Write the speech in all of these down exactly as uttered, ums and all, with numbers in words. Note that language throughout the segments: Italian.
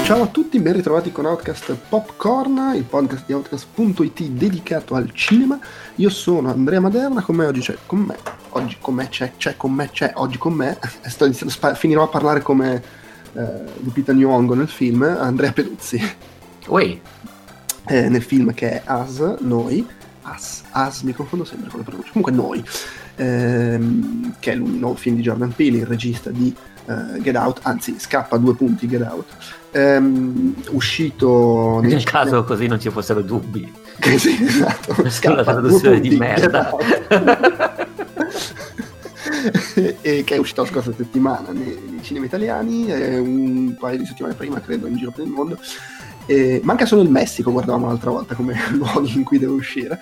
Ciao a tutti, ben ritrovati con Outcast Popcorn, il podcast di Outcast punto it dedicato al cinema. Io sono Andrea Maderna, con me oggi c'è, con me, oggi con me c'è, c'è con me c'è, oggi con me, sto iniziando, spa- finirò a parlare come eh, Lupita Nyong'o nel film, Andrea Peduzzi. Ui. Eh, nel film che è Us, Noi, Us, Us, mi confondo sempre con la pronuncia, comunque Noi, ehm, che è il nuovo film di Jordan Peele, il regista di uh, Get Out, anzi scappa due punti Get Out, ehm, uscito nel caso così non ci fossero dubbi. Sì, esatto, scappa traduzione di merda. E che è uscito la scorsa settimana nei, nei cinema italiani, e un paio di settimane prima credo in giro per il mondo. Eh, manca solo il Messico, guardavamo l'altra volta come luoghi in cui deve uscire.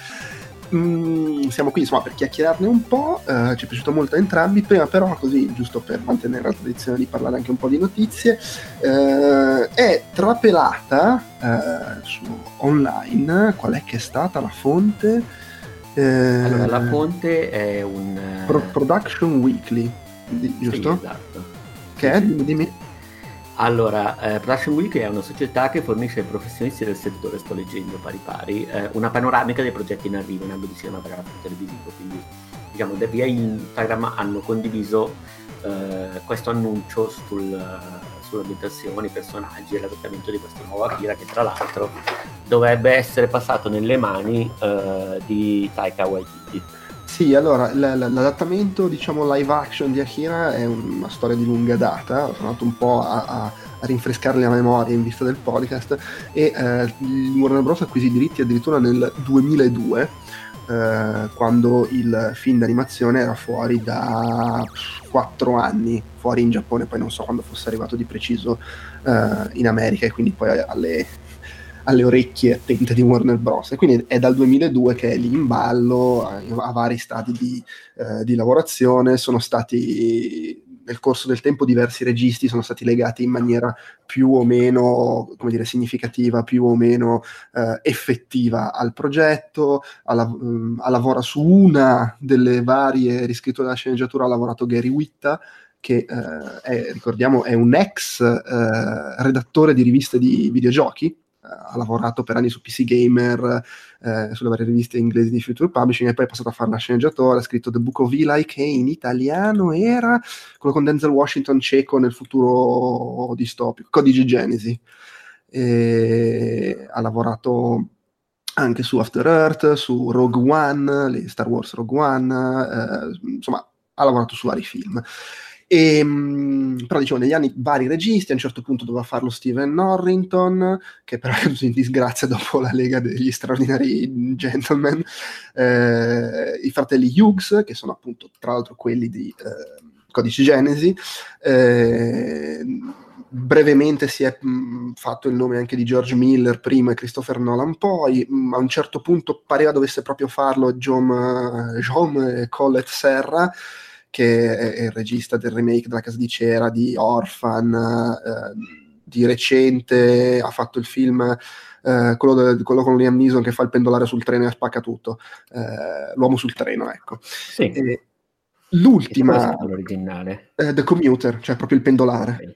Mm, siamo qui insomma per chiacchierarne un po', eh, ci è piaciuto molto a entrambi. Prima però, così giusto per mantenere la tradizione di parlare anche un po' di notizie, eh, è trapelata eh, su online qual è che è stata la fonte. Eh, allora la fonte è un Pro- Production Weekly, giusto? Sì, esatto. Che è? Dimmi, dimmi. Allora, eh, Production Weekly è una società che fornisce ai professionisti del settore, sto leggendo pari pari, eh, una panoramica dei progetti in arrivo in ambito cinematografico televisivo. Quindi, diciamo, via Instagram hanno condiviso eh, questo annuncio sul, sulle ambientazioni, i personaggi e l'adattamento di questo nuovo Akira, che tra l'altro dovrebbe essere passato nelle mani eh, di Taika Waititi. Sì, allora l- l- l'adattamento, diciamo, live action di Akira è una storia di lunga data. Ho provato un po' a, a, a rinfrescarle la memoria in vista del podcast, e eh, il Warner Bros. Acquisì i diritti addirittura nel duemiladue, eh, quando il film d'animazione era fuori da quattro anni, fuori in Giappone, poi non so quando fosse arrivato di preciso eh, in America, e quindi poi alle... alle orecchie attente di Warner Bros. E quindi è dal duemiladue che è lì in ballo, a vari stadi di, eh, di lavorazione. Sono stati, nel corso del tempo, diversi registi sono stati legati in maniera più o meno, come dire, significativa, più o meno eh, effettiva al progetto. Alla, um, a lavora su una delle varie riscritture della sceneggiatura ha lavorato Gary Whitta, che eh, è, ricordiamo, è un ex eh, redattore di riviste di videogiochi. Ha lavorato per anni su P C Gamer, eh, sulle varie riviste inglesi di Future Publishing, e poi è passato a fare la sceneggiatore. Ha scritto The Book of Eli, che in italiano era quello con Denzel Washington cieco nel futuro distopico, Codice Genesi. E ha lavorato anche su After Earth, su Rogue One, le Star Wars Rogue One, eh, insomma ha lavorato su vari film. E, però dicevo, negli anni vari registi, a un certo punto doveva farlo Stephen Norrington, che però è caduto in disgrazia dopo la Lega degli Straordinari Gentlemen, eh, i fratelli Hughes, che sono appunto tra l'altro quelli di eh, Codice Genesi. eh, brevemente si è mh, fatto il nome anche di George Miller prima e Christopher Nolan poi. Mh, a un certo punto pareva dovesse proprio farlo John, John Colette Serra, che è il regista del remake della Casa di Cera, di Orphan, eh, di recente ha fatto il film, eh, quello, de, quello con Liam Neeson che fa il pendolare sul treno e spacca tutto, eh, l'uomo sul treno, ecco. Sì. E l'ultima, l'originale? Eh, The Commuter, cioè proprio il pendolare.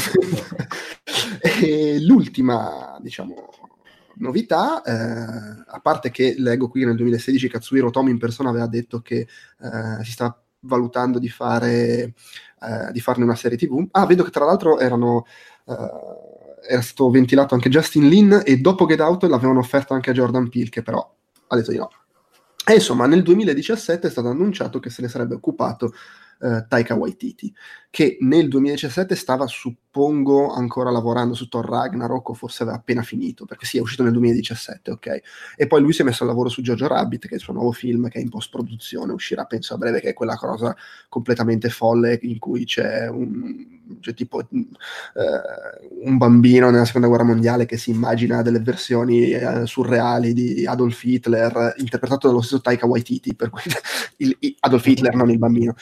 E l'ultima, diciamo, novità, eh, a parte che leggo qui che nel duemilasedici Katsuhiro Otomo in persona aveva detto che eh, si sta valutando di fare eh, di farne una serie tivù. Ah, vedo che tra l'altro erano eh, era stato ventilato anche Justin Lin, e dopo Get Out l'avevano offerto anche a Jordan Peele, che però ha detto di no. E insomma nel duemiladiciassette è stato annunciato che se ne sarebbe occupato Uh, Taika Waititi, che nel duemiladiciassette stava, suppongo, ancora lavorando su Thor Ragnarok, o forse aveva appena finito, perché sì, è uscito nel duemiladiciassette, ok. E poi lui si è messo al lavoro su Jojo Rabbit, che è il suo nuovo film, che è in post-produzione, uscirà penso a breve, che è quella cosa completamente folle in cui c'è un, c'è tipo uh, un bambino nella seconda guerra mondiale che si immagina delle versioni uh, surreali di Adolf Hitler, interpretato dallo stesso Taika Waititi, per cui il, il, Adolf Hitler, non il bambino.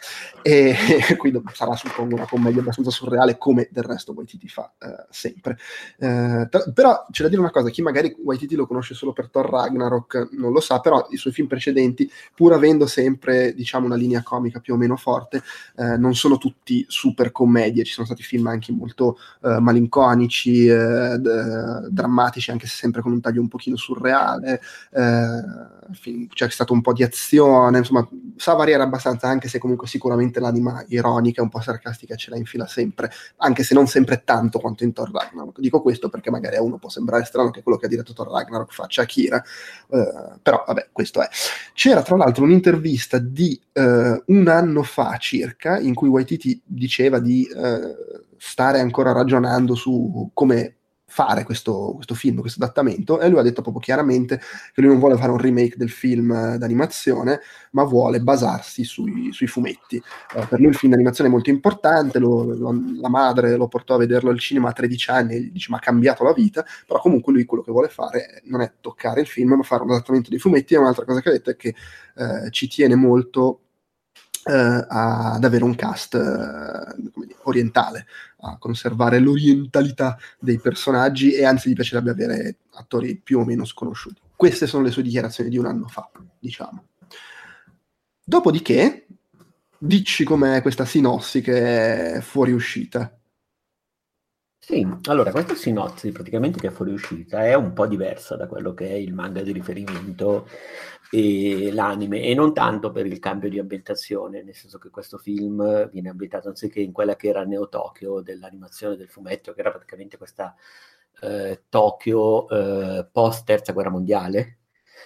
e quindi sarà suppongo una commedia abbastanza surreale, come del resto Waititi fa eh, sempre. Eh, t- però c'è da dire una cosa: chi magari Waititi lo conosce solo per Thor Ragnarok non lo sa, però i suoi film precedenti, pur avendo sempre diciamo una linea comica più o meno forte, eh, non sono tutti super commedie, ci sono stati film anche molto eh, malinconici, eh, d- drammatici, anche se sempre con un taglio un pochino surreale, eh, film, c'è stato un po' di azione, insomma sa variare abbastanza, anche se comunque sicuramente l'anima ironica un po' sarcastica ce la infila sempre, anche se non sempre tanto quanto in Thor Ragnarok. Dico questo perché magari a uno può sembrare strano che quello che ha diretto Thor Ragnarok faccia Akira, eh, però vabbè, questo è. C'era tra l'altro un'intervista di eh, un anno fa circa, in cui Waititi diceva di eh, stare ancora ragionando su come fare questo, questo film, questo adattamento, e lui ha detto proprio chiaramente che lui non vuole fare un remake del film eh, d'animazione, ma vuole basarsi sui, sui fumetti. Eh, per lui il film d'animazione è molto importante, lo, lo, la madre lo portò a vederlo al cinema a tredici anni e gli dice ma ha cambiato la vita, però comunque lui quello che vuole fare non è toccare il film, ma fare un adattamento dei fumetti. E un'altra cosa che ha detto è che eh, ci tiene molto eh, ad avere un cast eh, come dire, orientale, a conservare l'orientalità dei personaggi, e anzi gli piacerebbe avere attori più o meno sconosciuti. Queste sono le sue dichiarazioni di un anno fa, diciamo. Dopodiché, dici com'è questa sinossi che è fuoriuscita. Sì, allora questa sinopsi praticamente che è fuoriuscita è un po' diversa da quello che è il manga di riferimento e l'anime, e non tanto per il cambio di ambientazione, nel senso che questo film viene ambientato anziché in quella che era Neo Tokyo dell'animazione del fumetto, che era praticamente questa eh, Tokyo eh, post terza guerra mondiale,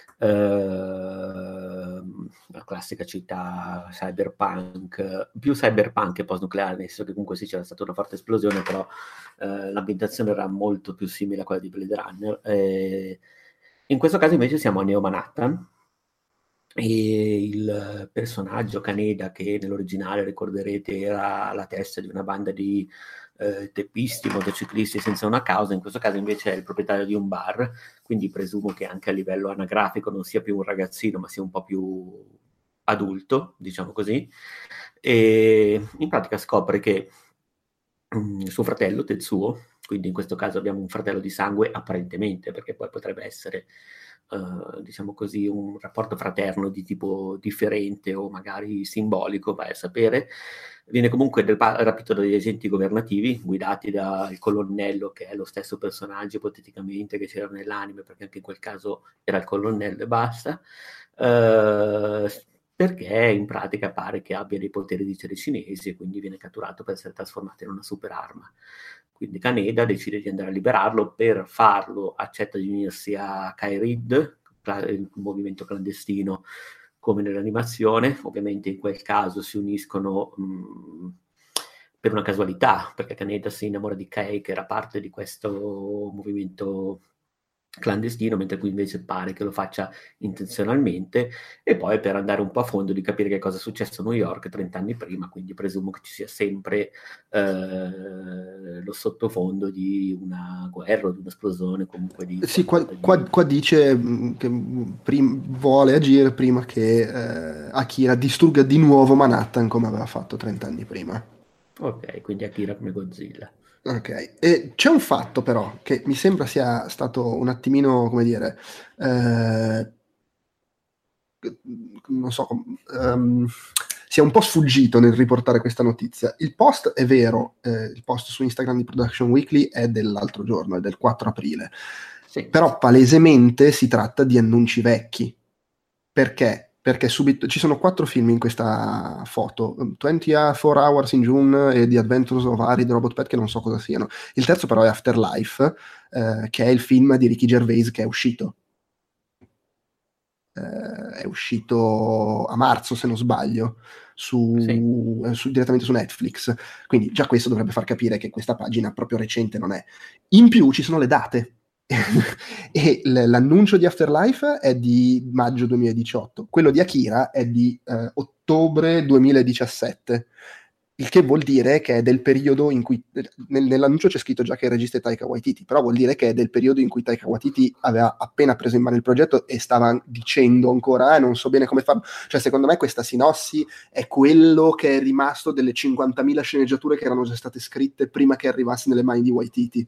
eh, la classica città cyberpunk, più cyberpunk che post-nucleare, nel senso che comunque sì, c'era stata una forte esplosione, però eh, l'ambientazione era molto più simile a quella di Blade Runner. Eh, in questo caso invece siamo a Neo Manhattan, e il personaggio Kaneda, che nell'originale ricorderete era la testa di una banda di eh, teppisti, motociclisti senza una causa, in questo caso invece è il proprietario di un bar, quindi presumo che anche a livello anagrafico non sia più un ragazzino, ma sia un po' più adulto, diciamo così, e in pratica scopre che mh, suo fratello Tetsuo, quindi in questo caso abbiamo un fratello di sangue apparentemente, perché poi potrebbe essere Uh, diciamo così, un rapporto fraterno di tipo differente o magari simbolico, vai a sapere, viene comunque del- rapito dagli agenti governativi guidati dal colonnello, che è lo stesso personaggio ipoteticamente che c'era nell'anime, perché anche in quel caso era il colonnello e basta, uh, perché in pratica pare che abbia dei poteri di telecinesi e quindi viene catturato per essere trasformato in una super arma. Quindi Kaneda decide di andare a liberarlo. Per farlo accetta di unirsi a Kairid, il movimento clandestino come nell'animazione. Ovviamente in quel caso si uniscono mh, per una casualità, perché Kaneda si innamora di Kei, che era parte di questo movimento clandestino, mentre qui invece pare che lo faccia intenzionalmente, e poi per andare un po' a fondo di capire che cosa è successo a New York trenta anni prima, quindi presumo che ci sia sempre eh, lo sottofondo di una guerra o di un'esplosione, comunque di Sì, qua, qualcosa qua- di... qua dice mh, che mh, prim- vuole agire prima che eh, Akira distrugga di nuovo Manhattan come aveva fatto trenta anni prima. Ok, quindi Akira come Godzilla. Ok, e c'è un fatto però che mi sembra sia stato un attimino, come dire, eh, non so, com- ehm, sia un po' sfuggito nel riportare questa notizia. Il post è vero, eh, il post su Instagram di Production Weekly è dell'altro giorno, è del quattro aprile, Sì, però palesemente si tratta di annunci vecchi. Perché? Perché subito ci sono quattro film in questa foto: ventiquattro Hours in June e The Adventures of Harry the Robot Pet, che non so cosa siano. Il terzo però è Afterlife, eh, che è il film di Ricky Gervais che è uscito. Eh, è uscito a marzo, se non sbaglio, sì. su, eh, su- direttamente su Netflix. Quindi già questo dovrebbe far capire che questa pagina proprio recente non è. In più ci sono le date. E l- l'annuncio di Afterlife è di maggio duemiladiciotto, quello di Akira è di eh, ottobre duemiladiciassette. Il che vuol dire che è del periodo in cui, nel, nell'annuncio c'è scritto già che il regista è Taika Waititi, però vuol dire che è del periodo in cui Taika Waititi aveva appena preso in mano il progetto e stava dicendo ancora, eh, non so bene come farlo. Cioè, secondo me questa sinossi è quello che è rimasto delle cinquantamila sceneggiature che erano già state scritte prima che arrivasse nelle mani di Waititi.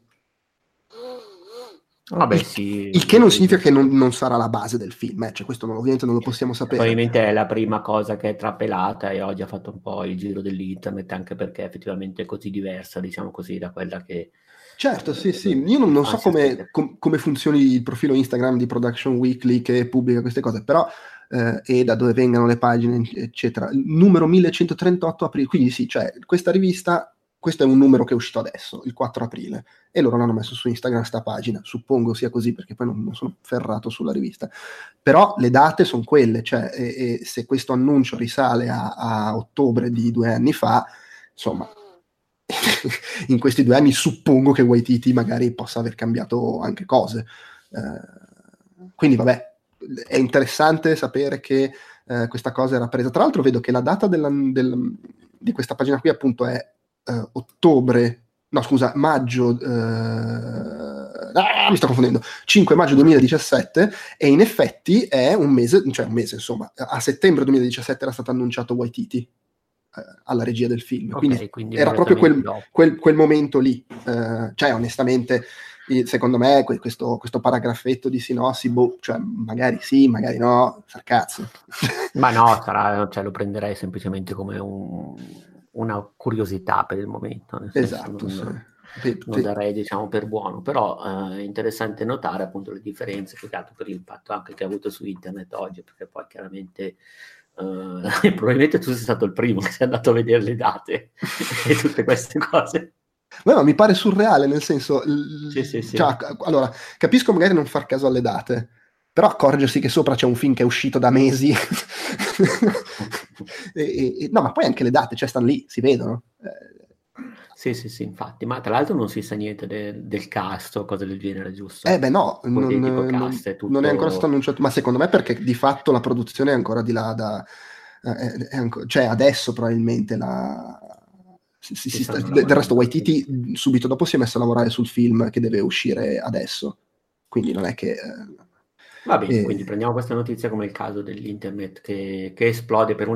Vabbè, il, sì, il che non significa che non, non sarà la base del film, eh. Cioè, questo non, ovviamente non lo possiamo sapere. Probabilmente è la prima cosa che è trapelata e oggi ha fatto un po' il giro dell'internet, anche perché effettivamente è così diversa, diciamo così, da quella che... Certo, sì, sì. Io non, non so come, com, come funzioni il profilo Instagram di Production Weekly che pubblica queste cose, però eh, e da dove vengano le pagine, eccetera. Il numero millecentotrentotto aprile, quindi sì, cioè questa rivista, questo è un numero che è uscito adesso, il quattro aprile, e loro l'hanno messo su Instagram sta pagina, suppongo sia così perché poi non, non sono ferrato sulla rivista, però le date sono quelle, cioè e, e se questo annuncio risale a, a ottobre di due anni fa, insomma, in questi due anni suppongo che Waititi magari possa aver cambiato anche cose. Eh, quindi vabbè, è interessante sapere che eh, questa cosa era presa. Tra l'altro vedo che la data della, del, di questa pagina qui appunto è eh, ottobre, no scusa, maggio, eh, ah, mi sto confondendo, cinque maggio duemiladiciassette, e in effetti è un mese, cioè un mese insomma, a settembre duemiladiciassette era stato annunciato Waititi alla regia del film, okay, quindi, quindi era proprio quel, quel, quel momento lì, eh, cioè onestamente secondo me questo, questo paragrafetto di sinossi, boh, cioè magari sì, magari no, sarcazzo. Ma no, sarà, cioè, lo prenderei semplicemente come un, una curiosità per il momento, nel senso Esatto, non, sì. non darei diciamo per buono, però eh, è interessante notare appunto le differenze, più che altro per l'impatto anche che ha avuto su internet oggi, perché poi chiaramente Uh, probabilmente tu sei stato il primo che sei andato a vedere le date e tutte queste cose. Beh, ma mi pare surreale, nel senso, sì, sì, sì. Cioè, allora, capisco magari non far caso alle date, però accorgersi che sopra c'è un film che è uscito da mesi e, e, no, ma poi anche le date, cioè stanno lì, si vedono. Eh, Sì, sì, sì, infatti, ma tra l'altro non si sa niente de- del cast o cose del genere, giusto? Eh beh no, non, tipo non, cast è tutto... non è ancora stato annunciato, ma secondo me perché di fatto la produzione è ancora di là da... Eh, è ancora, cioè adesso probabilmente la... Si, si, si sta, del resto Waititi subito dopo si è messo a lavorare sul film che deve uscire adesso, quindi non è che... Eh, Va bene, eh, quindi prendiamo questa notizia come il caso dell'internet che, che esplode per un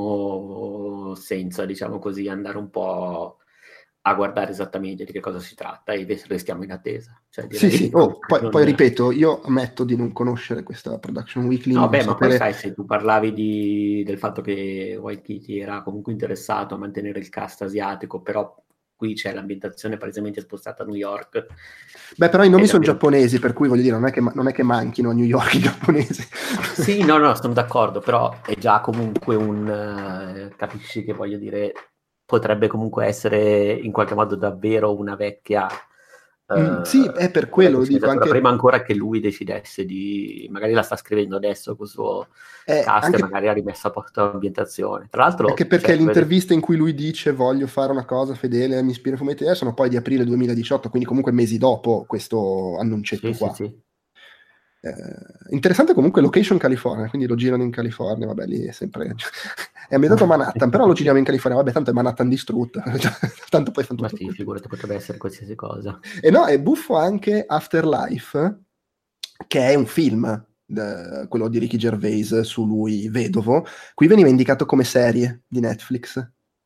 attimo senza, diciamo così, andare un po' a guardare esattamente di che cosa si tratta e restiamo in attesa. Cioè, direi sì, sì, oh, poi, non... poi ripeto, io ammetto di non conoscere questa Production Weekly. No, beh, ma sapere... poi sai, se tu parlavi di, del fatto che Waititi era comunque interessato a mantenere il cast asiatico, però qui c'è l'ambientazione palesemente spostata a New York. Beh, però i nomi sono giapponesi, per cui voglio dire, non è che, non è che manchino a New York i giapponesi. Sì, no, no, sono d'accordo, però è già comunque un... Eh, capisci che voglio dire, potrebbe comunque essere in qualche modo davvero una vecchia... Mm, sì, è per quello, lo dico anche... Prima ancora che lui decidesse di... Magari la sta scrivendo adesso col suo eh, cast anche... e magari ha rimesso a posto l'ambientazione. Tra l'altro... Anche perché cioè, l'intervista in cui lui dice voglio fare una cosa fedele, mi ispira ai fumetti, eh, sono poi di aprile duemiladiciotto, quindi comunque mesi dopo questo annuncetto sì, qua. Sì, sì. Eh, interessante comunque location California, quindi lo girano in California, vabbè lì è sempre... è ambientato a Manhattan, però lo giriamo in California, vabbè tanto è Manhattan distrutta, tanto poi fanno tutto. Ma sì, figurati, potrebbe essere qualsiasi cosa. E no, è buffo anche Afterlife, che è un film, eh, quello di Ricky Gervais su lui vedovo, qui veniva indicato come serie di Netflix.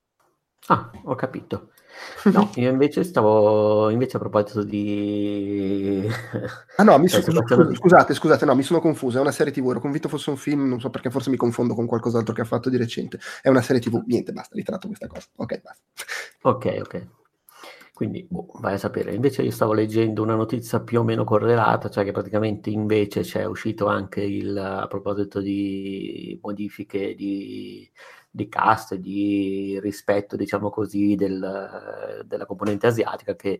Ah, ho capito. No, io invece stavo, invece a proposito di... Ah no, mi cioè, so, facendo... scusate, scusate, no, mi sono confuso, è una serie tivù, ero convinto fosse un film, non so perché forse mi confondo con qualcos'altro che ha fatto di recente, è una serie tivù, niente, basta, ritratto questa cosa, ok, basta. Ok, ok. Quindi, boh, vai a sapere. Invece io stavo leggendo una notizia più o meno correlata, cioè che praticamente invece c'è uscito anche il, a proposito di modifiche di, di cast, di rispetto, diciamo così, del, della componente asiatica, che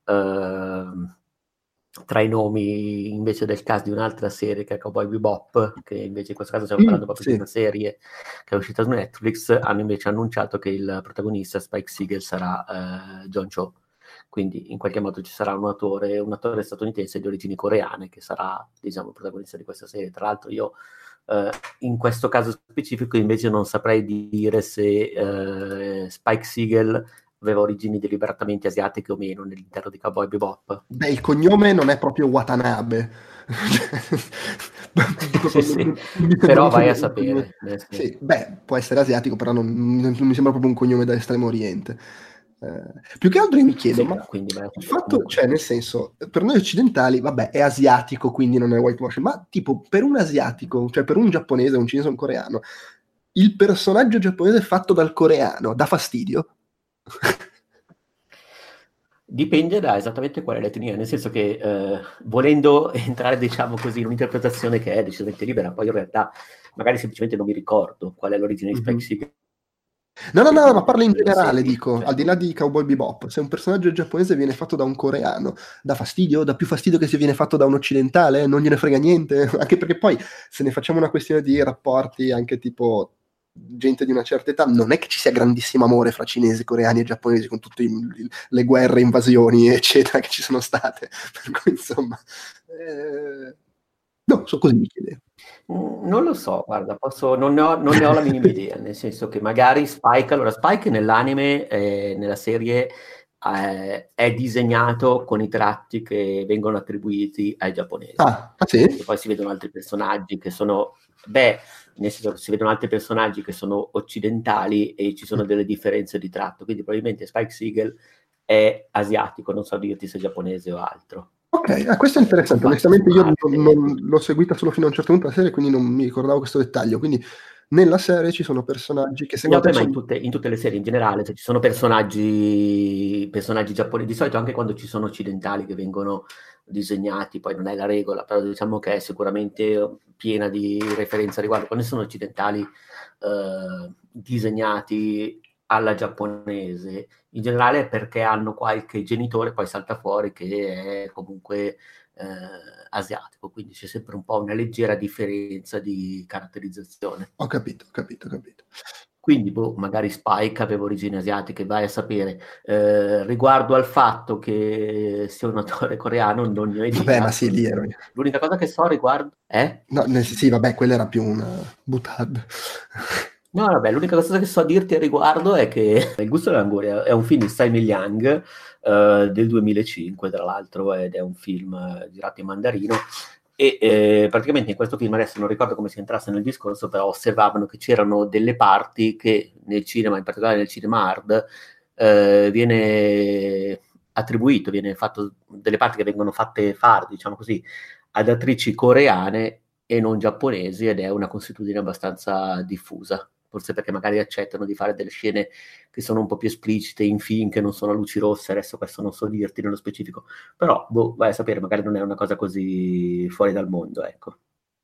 eh, tra i nomi invece del cast di un'altra serie che è Cowboy Bebop, che invece in questo caso stiamo parlando proprio sì. di una serie che è uscita su Netflix, hanno invece annunciato che il protagonista Spike Spiegel sarà eh, John Cho. Quindi in qualche modo ci sarà un attore, un attore statunitense di origini coreane che sarà, diciamo, il protagonista di questa serie. Tra l'altro io Uh, in questo caso specifico invece non saprei dire se uh, Spike Spiegel aveva origini deliberatamente asiatiche o meno nell'interno di Cowboy Bebop. Beh, il cognome non è proprio Watanabe. Sì, sì. Però vai a sapere. Sì, beh, può essere asiatico, però non, non mi sembra proprio un cognome da Estremo Oriente. Eh, più che altro io mi chiedo, sì, ma quindi il fatto, cioè nel senso, per noi occidentali, vabbè, è asiatico, quindi non è whitewashing, ma tipo per un asiatico, cioè per un giapponese, un cinese o un coreano, il personaggio giapponese fatto dal coreano dà fastidio? Dipende da esattamente qual è l'etnia, nel senso che eh, volendo entrare, diciamo così, in un'interpretazione che è decisamente libera, poi in realtà magari semplicemente non mi ricordo qual è l'origine di Spike Spiegel. No, no, no, ma parlo in generale, dico, cioè, al di là di Cowboy Bebop, se un personaggio giapponese viene fatto da un coreano, dà fastidio? Dà più fastidio che se viene fatto da un occidentale? Non gliene frega niente? Anche perché poi, se ne facciamo una questione di rapporti, anche tipo gente di una certa età, non è che ci sia grandissimo amore fra cinesi, coreani e giapponesi con tutte i, le guerre, invasioni, eccetera, che ci sono state. Per cui, insomma... Eh... No, so così mi chiedevo. Non lo so, guarda, posso, non, ne ho, non ne ho la minima idea, nel senso che magari Spike, allora Spike nell'anime, eh, nella serie, eh, è disegnato con i tratti che vengono attribuiti ai giapponesi. Ah, ah sì? E poi si vedono altri personaggi che sono, beh, nel senso che si vedono altri personaggi che sono occidentali e ci sono delle differenze di tratto, quindi probabilmente Spike Spiegel è asiatico, non so dirti se è giapponese o altro. Ok, ah, questo è interessante. Onestamente io non, non l'ho seguita solo fino a un certo punto la serie, quindi non mi ricordavo questo dettaglio. Quindi nella serie ci sono personaggi che secondo no, te beh, sono... ma in tutte, in tutte le serie in generale, se ci sono personaggi, personaggi giapponesi, di solito anche quando ci sono occidentali che vengono disegnati, poi non è la regola, però diciamo che è sicuramente piena di referenze a riguardo. Quando sono occidentali eh, disegnati alla giapponese, in generale è perché hanno qualche genitore, poi salta fuori che è comunque eh, asiatico, quindi c'è sempre un po' una leggera differenza di caratterizzazione. Ho capito, ho capito, ho capito. Quindi, boh, magari Spike aveva origini asiatiche, vai a sapere. Eh, riguardo al fatto che sia un attore coreano, non ne ho idea. Vabbè, ma sì, lì ero io. L'unica cosa che so riguardo... Eh? No, nel, sì, vabbè, quella era più una butad. No, vabbè, l'unica cosa che so dirti a riguardo è che Il gusto dell'anguria è un film di Simon Liang eh, del duemilacinque, tra l'altro, ed è un film eh, girato in mandarino. E eh, praticamente in questo film, adesso non ricordo come si entrasse nel discorso, però osservavano che c'erano delle parti che nel cinema, in particolare nel cinema hard, eh, viene attribuito, viene fatto delle parti che vengono fatte fare, diciamo così, ad attrici coreane e non giapponesi, ed è una consuetudine abbastanza diffusa. Forse perché magari accettano di fare delle scene che sono un po' più esplicite in film, che non sono a luci rosse, adesso questo non so dirti nello specifico, però boh, vai a sapere, magari non è una cosa così fuori dal mondo, ecco.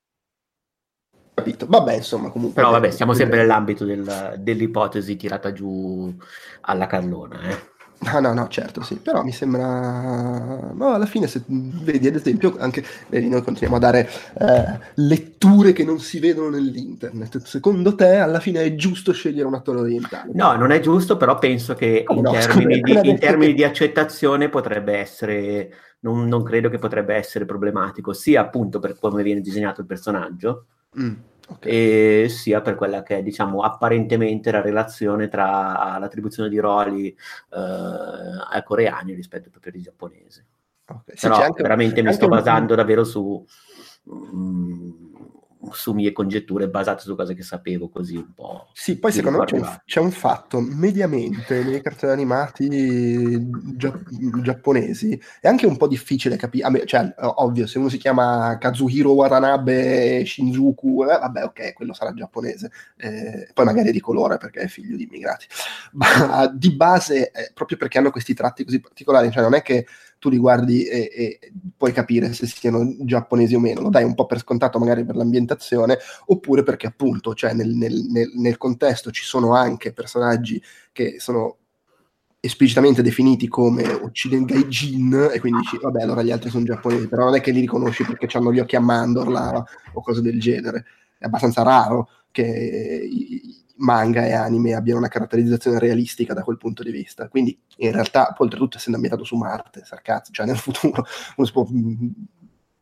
Capito, vabbè, insomma, comunque... Però vabbè, siamo sempre nell'ambito del, dell'ipotesi tirata giù alla carlona, eh. Ah, no, no, certo, sì, però mi sembra... No, alla fine, se vedi, ad esempio, anche vedi, noi continuiamo a dare eh, letture che non si vedono nell'internet. Secondo te, alla fine è giusto scegliere un attore orientale? No, non è giusto, però penso che in, no, termini, scusa, di, in termini che... di accettazione potrebbe essere... Non, non credo che potrebbe essere problematico, sia appunto per come viene disegnato il personaggio, mm. Okay. E sia per quella che è, diciamo, apparentemente la relazione tra l'attribuzione di ruoli eh, ai coreani rispetto proprio ai giapponesi. Okay. Sì, però anche, veramente mi sto un... basando davvero su, mm, su mie congetture basate su cose che sapevo, così un po'. Sì, poi secondo me c'è un, c'è un fatto, mediamente nei cartoni animati gia- giapponesi è anche un po' difficile capire, cioè ovvio, se uno si chiama Kazuhiro Watanabe Shinjuku, eh, vabbè ok, quello sarà giapponese, eh, poi magari è di colore perché è figlio di immigrati, ma di base, eh, proprio perché hanno questi tratti così particolari, cioè non è che tu li guardi e, e puoi capire se siano giapponesi o meno, lo dai un po' per scontato magari per l'ambientazione, oppure perché appunto, cioè nel, nel, nel, nel contesto ci sono anche personaggi che sono esplicitamente definiti come occidentali gaijin, e quindi dici, vabbè, allora gli altri sono giapponesi, però non è che li riconosci perché hanno gli occhi a mandorla o cose del genere. È abbastanza raro che i manga e anime abbiano una caratterizzazione realistica da quel punto di vista. Quindi in realtà, oltretutto, essendo ambientato su Marte, sarcazzo, cioè nel futuro uno si può, può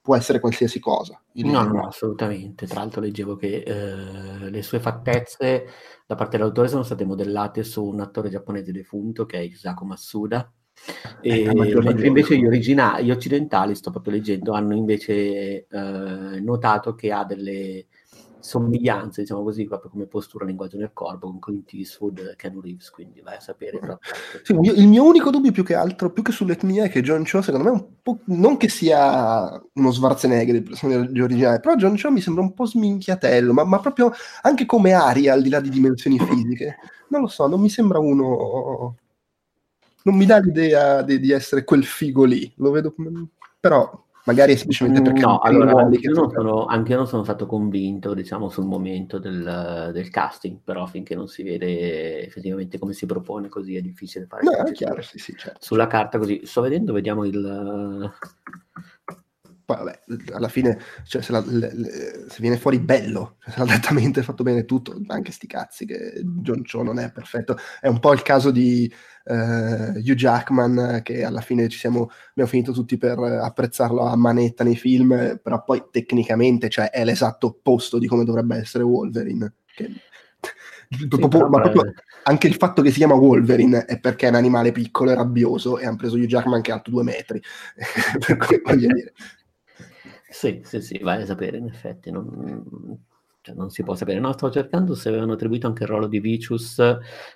può essere qualsiasi cosa. No, no, assolutamente. Tra l'altro leggevo che eh, le sue fattezze da parte dell'autore sono state modellate su un attore giapponese defunto che è Isako Masuda, e Eh, maggior mentre ragione. invece gli, origina- gli occidentali, sto proprio leggendo, hanno invece eh, notato che ha delle somiglianze, diciamo così, proprio come postura, linguaggio del corpo, con Clint Eastwood e Keanu Reeves, quindi vai a sapere proprio. Sì, io- il mio unico dubbio più che altro, più che sull'etnia, è che John Cho, secondo me, è un po', non che sia uno Schwarzenegger il personaggio originale, però John Cho mi sembra un po' sminchiatello, ma, ma proprio anche come aria, al di là di dimensioni fisiche. Non lo so, non mi sembra uno... Non mi dà l'idea di, di essere quel figo lì, lo vedo come... Però magari è semplicemente perché No, sono i allora ruoli che anch'io non toccano. sono, anch'io non sono stato convinto, diciamo, sul momento del, del casting, però finché non si vede effettivamente come si propone, così è difficile fare No, è congetture. chiaro, sì, sì, certo. Sulla carta così, sto vedendo, vediamo il... Poi vabbè, alla fine, cioè, se, la, le, le, se viene fuori bello, cioè, se l'adattamento è fatto bene tutto, anche sti cazzi che John Cho non è perfetto. È un po' il caso di uh, Hugh Jackman, che alla fine ci siamo, abbiamo finito tutti per apprezzarlo a manetta nei film, però poi tecnicamente, cioè, è l'esatto opposto di come dovrebbe essere Wolverine. Che, Sì, proprio, però, ma proprio eh, anche il fatto che si chiama Wolverine è perché è un animale piccolo e rabbioso e hanno preso Hugh Jackman che è alto due metri. Per cui voglio dire... Sì, sì, sì, vai a sapere, in effetti, non, cioè, non si può sapere. No, stavo cercando se avevano attribuito anche il ruolo di Vicious, eh,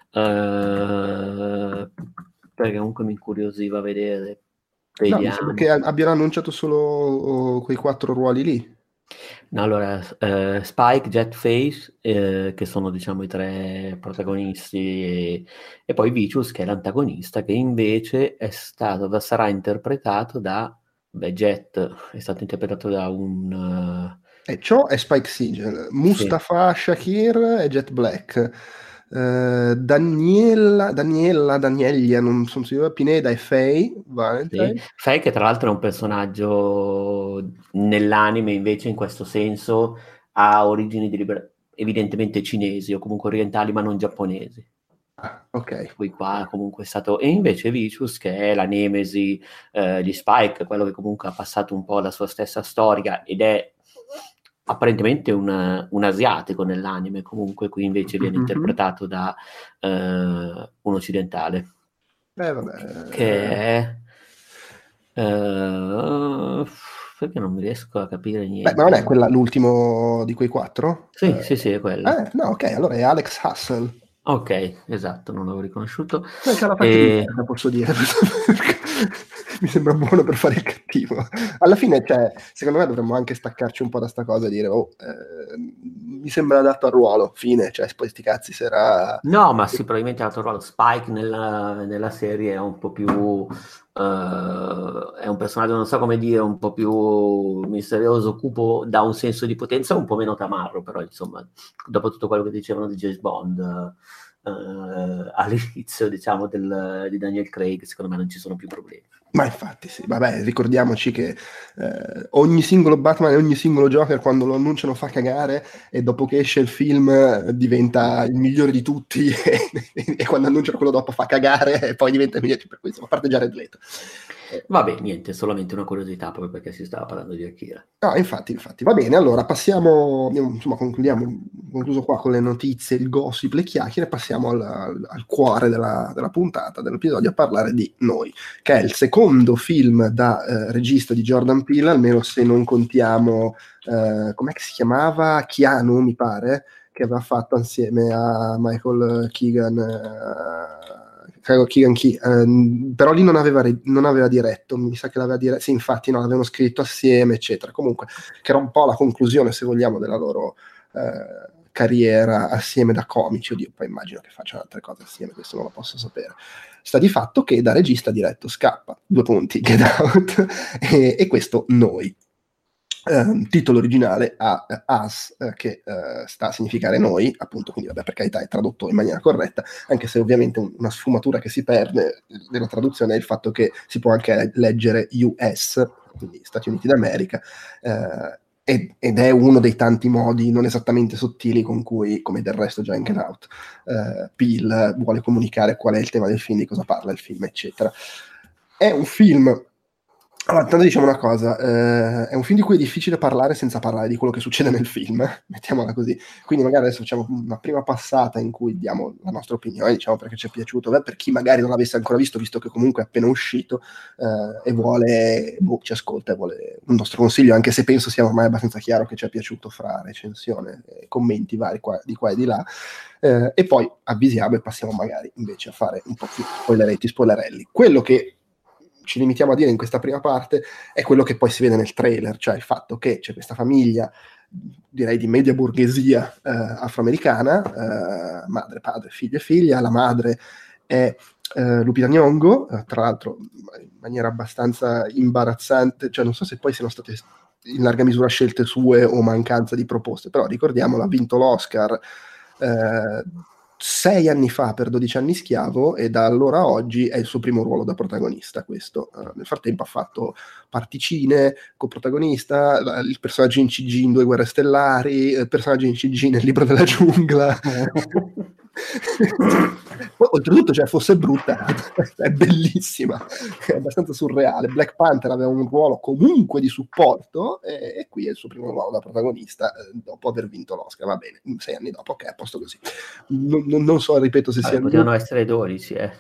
perché comunque mi incuriosiva vedere. No, mi sembra Vediamo. che abbiano annunciato solo oh, quei quattro ruoli lì. No, allora, eh, Spike, Jetface, eh, che sono diciamo i tre protagonisti, e, e poi Vicious, che è l'antagonista, che invece è stato, sarà interpretato da, beh, Jet è stato interpretato da un... E ciò è Spike Siegel, uh, sì, Mustafa Shakir e Jet Black, eh, Daniela, Daniela, Danielia, non sono sicuro, Pineda e Faye sì. Valentine. Faye, che tra l'altro è un personaggio nell'anime, invece in questo senso ha origini di liber- evidentemente cinesi o comunque orientali, ma non giapponesi. Ah, ok. Poi qua comunque è stato, e invece Vicious, che è la nemesi eh, di Spike, quello che comunque ha passato un po' la sua stessa storia ed è apparentemente un, un asiatico nell'anime, comunque qui invece viene Mhm. interpretato da eh, un occidentale, Eh, vabbè. che è... eh, perché non riesco a capire Beh, ma non è niente. quella l'ultimo di quei quattro? Sì, Eh, sì, sì, è quello. eh, no, ok, allora è Alex Hustle. Ok, esatto, non l'avevo riconosciuto. Beh, ce l'ha fatta di E... merda, posso dire. Mi sembra buono per fare il cattivo. Alla fine, cioè, secondo me dovremmo anche staccarci un po' da sta cosa e dire, oh, eh, mi sembra adatto al ruolo, fine, cioè, poi sti cazzi sarà... No, ma sì, probabilmente l'altro ruolo. Spike nella, nella serie è un po' più... eh, è un personaggio, non so come dire, un po' più misterioso, cupo, dà un senso di potenza, un po' meno tamarro, però insomma, dopo tutto quello che dicevano di James Bond eh, all'inizio, diciamo, del, di Daniel Craig, secondo me non ci sono più problemi. Ma infatti sì, vabbè, ricordiamoci che eh, ogni singolo Batman e ogni singolo Joker quando lo annunciano fa cagare e dopo che esce il film eh, diventa il migliore di tutti e, e quando annunciano quello dopo fa cagare e poi diventa il migliore, per questo, a parte Jared Leto. Vabbè, niente, solamente una curiosità, proprio perché si stava parlando di Akira. No, infatti, infatti, va bene, allora passiamo, abbiamo, insomma, concludiamo, concluso qua con le notizie, il gossip, le chiacchiere, passiamo al, al- al cuore della, della puntata, dell'episodio, a parlare di Noi, che è il secondo film da eh, regista di Jordan Peele, almeno se non contiamo, eh, com'è che si chiamava? Keanu, mi pare, che aveva fatto assieme a Michael Keegan, eh, Keegan Key, ehm, però lì non aveva, re- non aveva diretto, mi sa che l'aveva diretto, sì, infatti no, l'avevano scritto assieme, eccetera. Comunque, che era un po' la conclusione, se vogliamo, della loro eh, carriera assieme da comici. Oddio, poi immagino che facciano altre cose assieme, questo non lo posso sapere. Sta di fatto che da regista ha diretto Scappa, due punti, Get Out, e, e questo Noi. Uh, titolo originale a uh, Us, uh, che uh, sta a significare noi, appunto, quindi vabbè, per carità è tradotto in maniera corretta, anche se ovviamente un, una sfumatura che si perde nella traduzione è il fatto che si può anche leggere U S, quindi Stati Uniti d'America, uh, ed, ed è uno dei tanti modi non esattamente sottili con cui, come del resto già in Get Out, uh, Peele vuole comunicare qual è il tema del film, di cosa parla il film, eccetera. È un film Allora, tanto diciamo una cosa, eh, è un film di cui è difficile parlare senza parlare di quello che succede nel film, mettiamola così. Quindi magari adesso facciamo una prima passata in cui diamo la nostra opinione, diciamo perché ci è piaciuto, beh, per chi magari non l'avesse ancora visto, visto che comunque è appena uscito eh, e vuole, boh, ci ascolta e vuole un nostro consiglio, anche se penso sia ormai abbastanza chiaro che ci è piaciuto fra recensione e commenti vari qua, di qua e di là. Eh, e poi avvisiamo e passiamo magari invece a fare un po' più spoileretti, spoilerelli. Quello che ci limitiamo a dire in questa prima parte è quello che poi si vede nel trailer, cioè il fatto che c'è questa famiglia, direi di media borghesia eh, afroamericana, eh, madre, padre, figlio e figlia. La madre è eh, Lupita Nyong'o, eh, tra l'altro in maniera abbastanza imbarazzante, cioè non so se poi siano state in larga misura scelte sue o mancanza di proposte, però ricordiamolo, ha vinto l'Oscar eh, sei anni fa per dodici anni schiavo, e da allora a oggi è il suo primo ruolo da protagonista questo. Uh, nel frattempo ha fatto particine, coprotagonista, il personaggio in C G in Due Guerre Stellari, il personaggio in C G nel Libro della Giungla. Poi, oltretutto, cioè, fosse brutta, è bellissima, è abbastanza surreale. Black Panther aveva un ruolo comunque di supporto, e, e qui è il suo primo ruolo da protagonista eh, dopo aver vinto l'Oscar. Va bene, sei anni dopo, ok, a posto così. Non, non, non so, ripeto, se allora, sia potevano essere dodici, eh.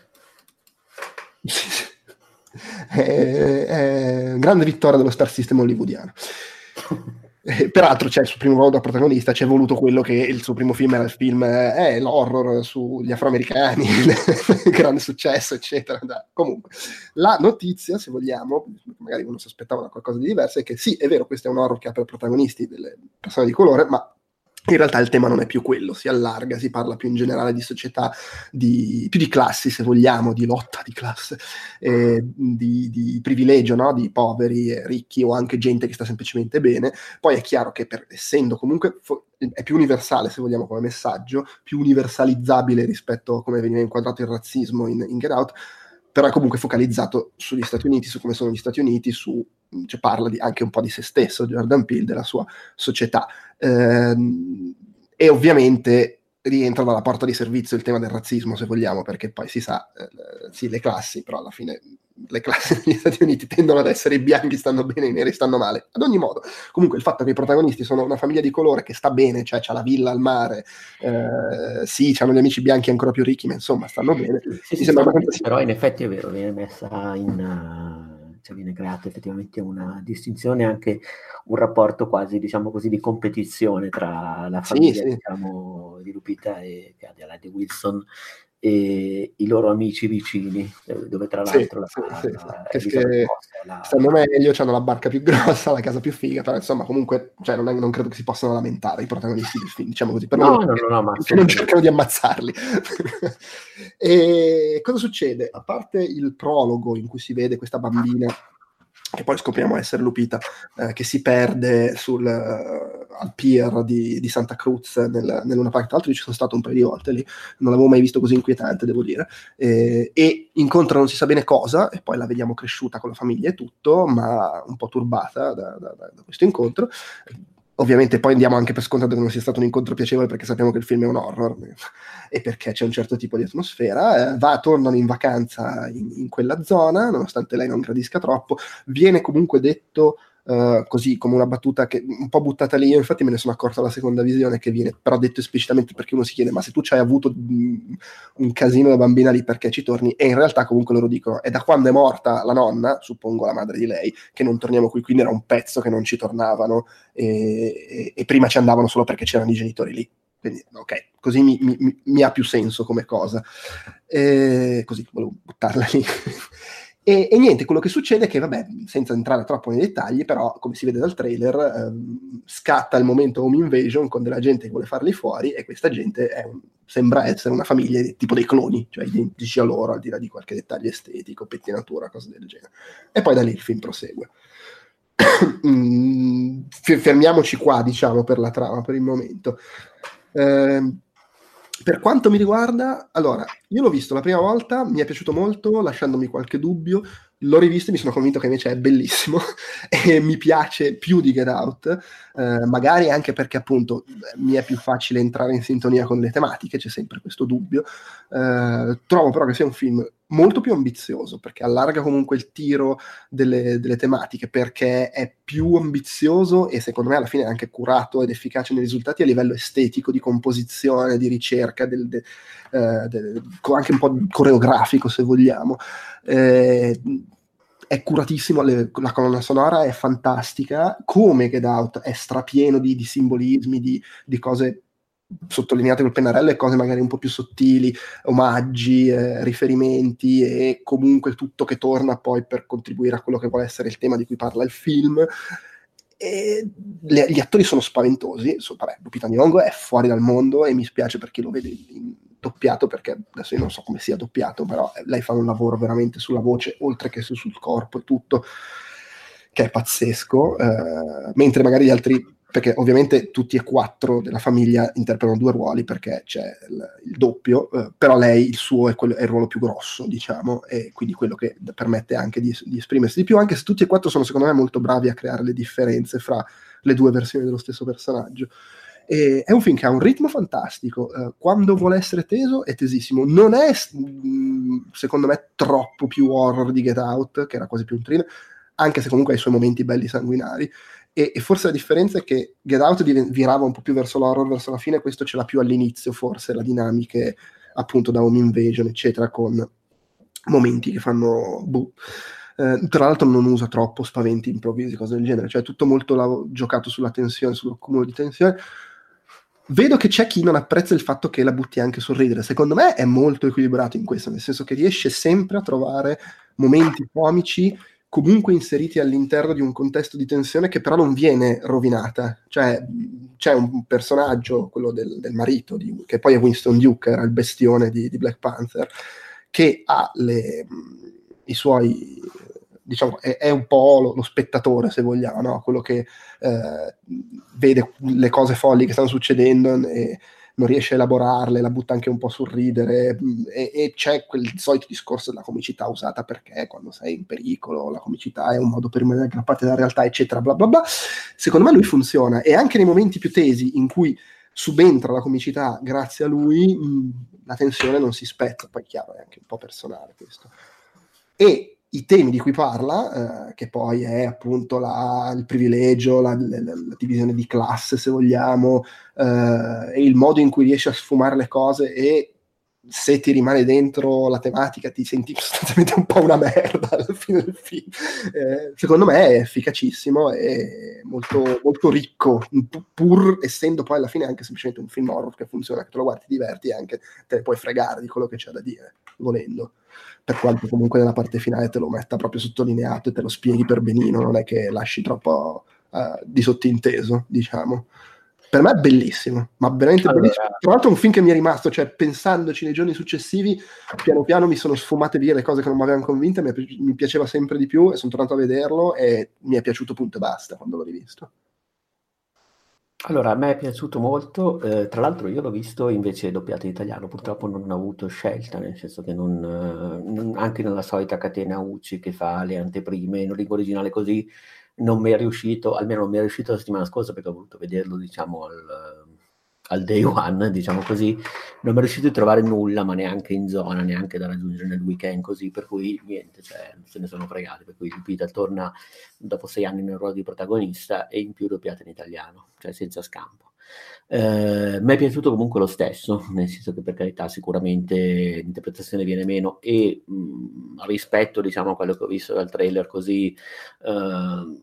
è, è grande vittoria dello star system hollywoodiano. Eh, peraltro c'è il suo primo ruolo da protagonista, c'è voluto quello che il suo primo film era il film eh, l'horror sugli afroamericani, grande successo eccetera. Da. Comunque la notizia, se vogliamo, magari uno si aspettava qualcosa di diverso, è che sì, è vero, questo è un horror che ha per protagonisti delle persone di colore, ma in realtà il tema non è più quello, si allarga, si parla più in generale di società, di, più di classi se vogliamo, di lotta di classe, eh, di, di privilegio, no? Di poveri, ricchi o anche gente che sta semplicemente bene. Poi è chiaro che per, essendo comunque fo- è più universale se vogliamo come messaggio, più universalizzabile rispetto a come veniva inquadrato il razzismo in, in Get Out, però è comunque focalizzato sugli Stati Uniti, su come sono gli Stati Uniti, su, cioè parla di, anche un po' di se stesso, Jordan Peele, della sua società. Ehm, e ovviamente rientra dalla porta di servizio il tema del razzismo, se vogliamo, perché poi si sa, eh, sì, le classi, però alla fine le classi negli Stati Uniti tendono ad essere i bianchi stanno bene, i neri stanno male. Ad ogni modo, comunque il fatto che i protagonisti sono una famiglia di colore che sta bene, cioè c'ha la villa al mare, eh, sì, c'hanno gli amici bianchi ancora più ricchi, ma insomma stanno bene. Sì, sì, sembra bene, però in effetti è vero, viene messa in... Uh, cioè viene creata effettivamente una distinzione, anche un rapporto quasi, diciamo così, di competizione tra la famiglia, sì, sì. diciamo, di Lupita e di Wilson e i loro amici vicini, dove tra l'altro sì, la, sì, la, sì, la che la... stanno meglio, hanno la barca più grossa, la casa più figa, però insomma comunque cioè, non, è, non credo che si possano lamentare i protagonisti del film, diciamo così, per no, no, no, no, ma che non cercano di ammazzarli. E cosa succede? A parte il prologo in cui si vede questa bambina che poi scopriamo essere Lupita, eh, che si perde sul, uh, al pier di, di Santa Cruz nel, nell'Una Park. Tra l'altro io ci sono stato un paio di volte lì, non l'avevo mai visto così inquietante, devo dire, eh, e incontra non si sa bene cosa, e poi la vediamo cresciuta con la famiglia e tutto, ma un po' turbata da, da, da questo incontro. Ovviamente poi andiamo anche per scontato che non sia stato un incontro piacevole, perché sappiamo che il film è un horror e perché c'è un certo tipo di atmosfera. Eh, va, tornano in vacanza in, in quella zona, nonostante lei non gradisca troppo. Viene comunque detto uh, così come una battuta che un po' buttata lì, io infatti me ne sono accorto alla seconda visione, che viene però detto esplicitamente, perché uno si chiede ma se tu ci hai avuto mh, un casino da bambina lì, perché ci torni? E in realtà comunque loro dicono è da quando è morta la nonna, suppongo la madre di lei, che non torniamo qui, quindi era un pezzo che non ci tornavano e, e, e prima ci andavano solo perché c'erano i genitori lì. Quindi, ok, così mi, mi, mi ha più senso come cosa. E così, volevo buttarla lì. E, e niente, quello che succede è che, vabbè, senza entrare troppo nei dettagli, però, come si vede dal trailer, ehm, scatta il momento home invasion con della gente che vuole farli fuori, e questa gente è un, sembra essere una famiglia tipo dei cloni, cioè identici a loro, al di là di qualche dettaglio estetico, pettinatura, cose del genere. E poi da lì il film prosegue. Fermiamoci qua, diciamo, per la trama, per il momento. Eh, per quanto mi riguarda, allora, io l'ho visto la prima volta, mi è piaciuto molto, lasciandomi qualche dubbio. L'ho rivisto e mi sono convinto che invece è bellissimo e mi piace più di Get Out, eh, magari anche perché appunto mi è più facile entrare in sintonia con le tematiche, c'è sempre questo dubbio. Eh, trovo però che sia un film molto più ambizioso, perché allarga comunque il tiro delle, delle tematiche, perché è più ambizioso e secondo me alla fine è anche curato ed efficace nei risultati a livello estetico, di composizione, di ricerca, del, de, eh, de, anche un po' coreografico se vogliamo. Eh, è curatissimo, le, la colonna sonora è fantastica, come Get Out è strapieno di, di simbolismi, di, di cose sottolineate col pennarello e cose magari un po' più sottili, omaggi, eh, riferimenti e comunque tutto che torna poi per contribuire a quello che vuole essere il tema di cui parla il film. E le, gli attori sono spaventosi. So, vabbè, Lupita Nyong'o è fuori dal mondo e mi spiace per chi lo vede in doppiato, perché adesso io non so come sia doppiato, però lei fa un lavoro veramente sulla voce oltre che su, sul corpo e tutto, che è pazzesco, eh, mentre magari gli altri, perché ovviamente tutti e quattro della famiglia interpretano due ruoli perché c'è il, il doppio, eh, però lei il suo è, quello, è il ruolo più grosso, diciamo, e quindi quello che permette anche di, di esprimersi di più, anche se tutti e quattro sono secondo me molto bravi a creare le differenze fra le due versioni dello stesso personaggio. E è un film che ha un ritmo fantastico, eh, quando vuole essere teso è tesissimo, non è mh, secondo me troppo più horror di Get Out, che era quasi più un thriller, anche se comunque ha i suoi momenti belli sanguinari. E, e forse la differenza è che Get Out div- virava un po' più verso l'horror verso la fine, questo ce l'ha più all'inizio forse, la dinamiche appunto da home invasion eccetera, con momenti che fanno boh. Eh, tra l'altro non usa troppo spaventi improvvisi, cose del genere, cioè è tutto molto lav- giocato sulla tensione, sull'accumulo di tensione. Vedo che c'è chi non apprezza il fatto che la butti anche sul ridere. Secondo me è molto equilibrato in questo, nel senso che riesce sempre a trovare momenti comici comunque inseriti all'interno di un contesto di tensione che però non viene rovinata. Cioè c'è un personaggio, quello del, del marito, di, che poi è Winston Duke, era il bestione di, di Black Panther, che ha le, i suoi, diciamo, è, è un po' lo, lo spettatore, se vogliamo, no? Quello che eh, vede le cose folli che stanno succedendo e non riesce a elaborarle, la butta anche un po' sul ridere, e, e c'è quel solito discorso della comicità usata perché quando sei in pericolo la comicità è un modo per rimanere aggrappati alla realtà, eccetera, bla bla bla. Secondo me lui funziona, e anche nei momenti più tesi in cui subentra la comicità grazie a lui, mh, la tensione non si spezza. Poi chiaro, è anche un po' personale questo. E i temi di cui parla, eh, che poi è appunto la, il privilegio, la, la, la divisione di classe, se vogliamo, eh, e il modo in cui riesce a sfumare le cose, e se ti rimane dentro la tematica ti senti sostanzialmente un po' una merda alla fine del film. Eh, secondo me è efficacissimo e molto, molto ricco, pur essendo poi alla fine anche semplicemente un film horror che funziona, che te lo guardi, ti diverti e anche te ne puoi fregare di quello che c'è da dire, volendo. Per quanto comunque nella parte finale te lo metta proprio sottolineato e te lo spieghi per benino, non è che lasci troppo uh, di sottinteso, diciamo. Per me è bellissimo, ma veramente allora, bellissimo. Tra l'altro è un film che mi è rimasto, cioè pensandoci nei giorni successivi, piano piano mi sono sfumate via le cose che non mi avevano convinto, mi, mi piaceva sempre di più e sono tornato a vederlo e mi è piaciuto punto e basta quando l'ho rivisto. Allora, a me è piaciuto molto, eh, tra l'altro io l'ho visto invece doppiato in italiano, purtroppo non ho avuto scelta, nel senso che non, eh, non- anche nella solita catena U C I che fa le anteprime in lingua originale così, non mi è riuscito, almeno non mi è riuscito la settimana scorsa perché ho voluto vederlo, diciamo, al, al day one, diciamo così, non mi è riuscito a trovare nulla, ma neanche in zona, neanche da raggiungere nel weekend così, per cui niente, cioè, se ne sono fregati, per cui Lupita torna dopo sei anni nel ruolo di protagonista e in più doppiata in italiano, cioè senza scampo. Eh, mi è piaciuto comunque lo stesso, nel senso che per carità sicuramente l'interpretazione viene meno e mh, rispetto diciamo a quello che ho visto dal trailer così eh,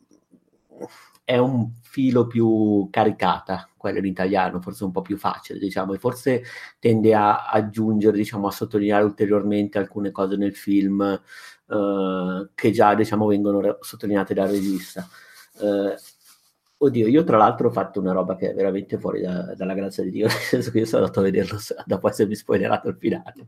è un filo più caricata quella in italiano, forse un po' più facile diciamo, e forse tende a aggiungere, diciamo, a sottolineare ulteriormente alcune cose nel film eh, che già diciamo vengono re- sottolineate dal regista. Eh, oddio, io tra l'altro ho fatto una roba che è veramente fuori da- dalla grazia di Dio, nel senso che io sono andato a vederlo s- dopo essermi spoilerato il finale.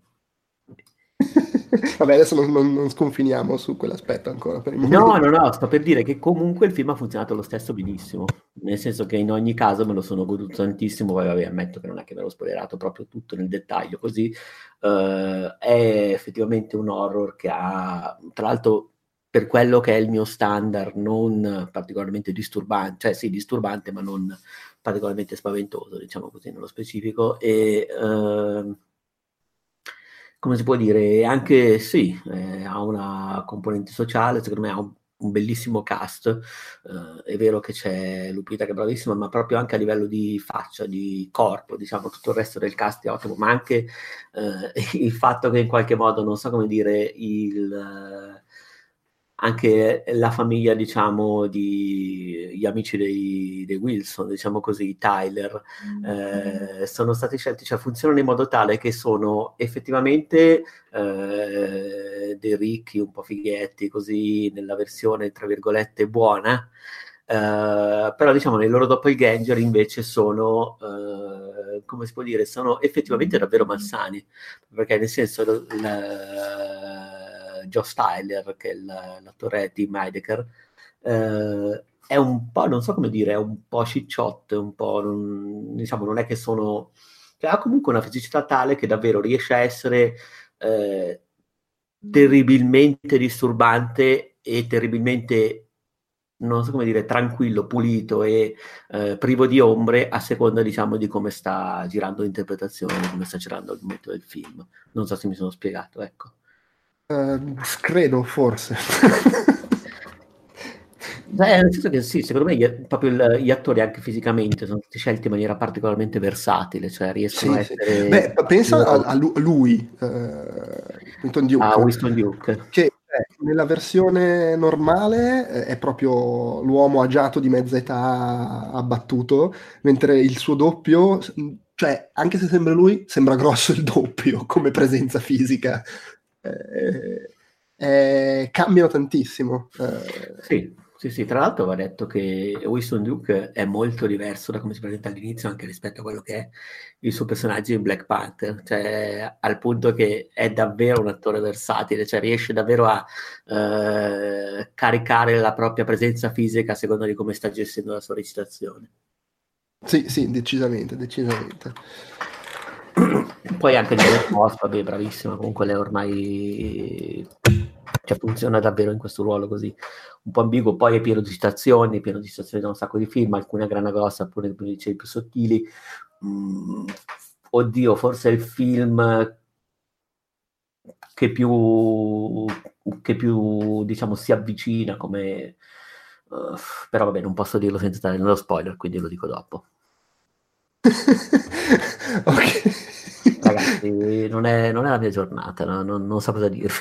Vabbè, adesso non, non, non sconfiniamo su quell'aspetto ancora per il No, momento. no, no, sto per dire che comunque il film ha funzionato lo stesso benissimo, nel senso che in ogni caso me lo sono goduto tantissimo, poi vabbè, ammetto che non è che me l'ho spoilerato proprio tutto nel dettaglio, così eh, è effettivamente un horror che ha, tra l'altro, per quello che è il mio standard, non particolarmente disturbante, cioè sì, disturbante, ma non particolarmente spaventoso, diciamo così, nello specifico, e... ehm, come si può dire, anche sì, eh, ha una componente sociale, secondo me ha un, un bellissimo cast, eh, è vero che c'è Lupita che è bravissima, ma proprio anche a livello di faccia, di corpo, diciamo, tutto il resto del cast è ottimo, ma anche eh, il fatto che in qualche modo, non so come dire, il... anche la famiglia, diciamo, di gli amici dei, dei Wilson, diciamo così, Tyler, eh, sono stati scelti, cioè funzionano in modo tale che sono effettivamente eh, dei ricchi, un po' fighetti, così nella versione, tra virgolette, buona, eh, però diciamo nei loro doppelganger invece sono, eh, come si può dire, sono effettivamente davvero malsani, perché nel senso il, il, Josh Tyler, che è il, l'attore di Heidecker, eh, è un po', non so come dire, è un po' cicciotto, un po', non, diciamo, non è che sono, cioè, ha comunque una fisicità tale che davvero riesce a essere eh, terribilmente disturbante e terribilmente, non so come dire, tranquillo, pulito e eh, privo di ombre a seconda, diciamo, di come sta girando l'interpretazione, di come sta girando il momento del film. Non so se mi sono spiegato, ecco. Uh, credo, forse. Eh, nel senso che sì, secondo me gli, proprio il, gli attori anche fisicamente sono stati scelti in maniera particolarmente versatile, cioè riescono Sì, a sì. essere Beh, pensa a, a lu- lui, eh, Quinton a Duke, Winston Duke. che eh, nella versione normale eh, è proprio l'uomo agiato di mezza età abbattuto, mentre il suo doppio, s- cioè anche se sembra lui, sembra grosso il doppio come presenza fisica. Eh, eh, cambiano tantissimo. Eh, Sì, sì, sì, tra l'altro va detto che Winston Duke è molto diverso da come si presenta all'inizio anche rispetto a quello che è il suo personaggio in Black Panther, cioè al punto che è davvero un attore versatile, cioè riesce davvero a eh, caricare la propria presenza fisica a seconda di come sta gestendo la sua recitazione. sì, sì, decisamente, decisamente. Poi anche Jamie Foxx, vabbè, bravissima, comunque lei ormai cioè, funziona davvero in questo ruolo così un po' ambiguo, poi è pieno di citazioni, pieno di citazioni da un sacco di film, alcune a grana grossa, alcune più, dicevi, più sottili. Mm, oddio, forse è il film che più, che più diciamo, si avvicina come... Uh, però vabbè, non posso dirlo senza stare nello spoiler, quindi lo dico dopo. Ok. Ragazzi, non è, non è la mia giornata, no? non, non so cosa dirvi.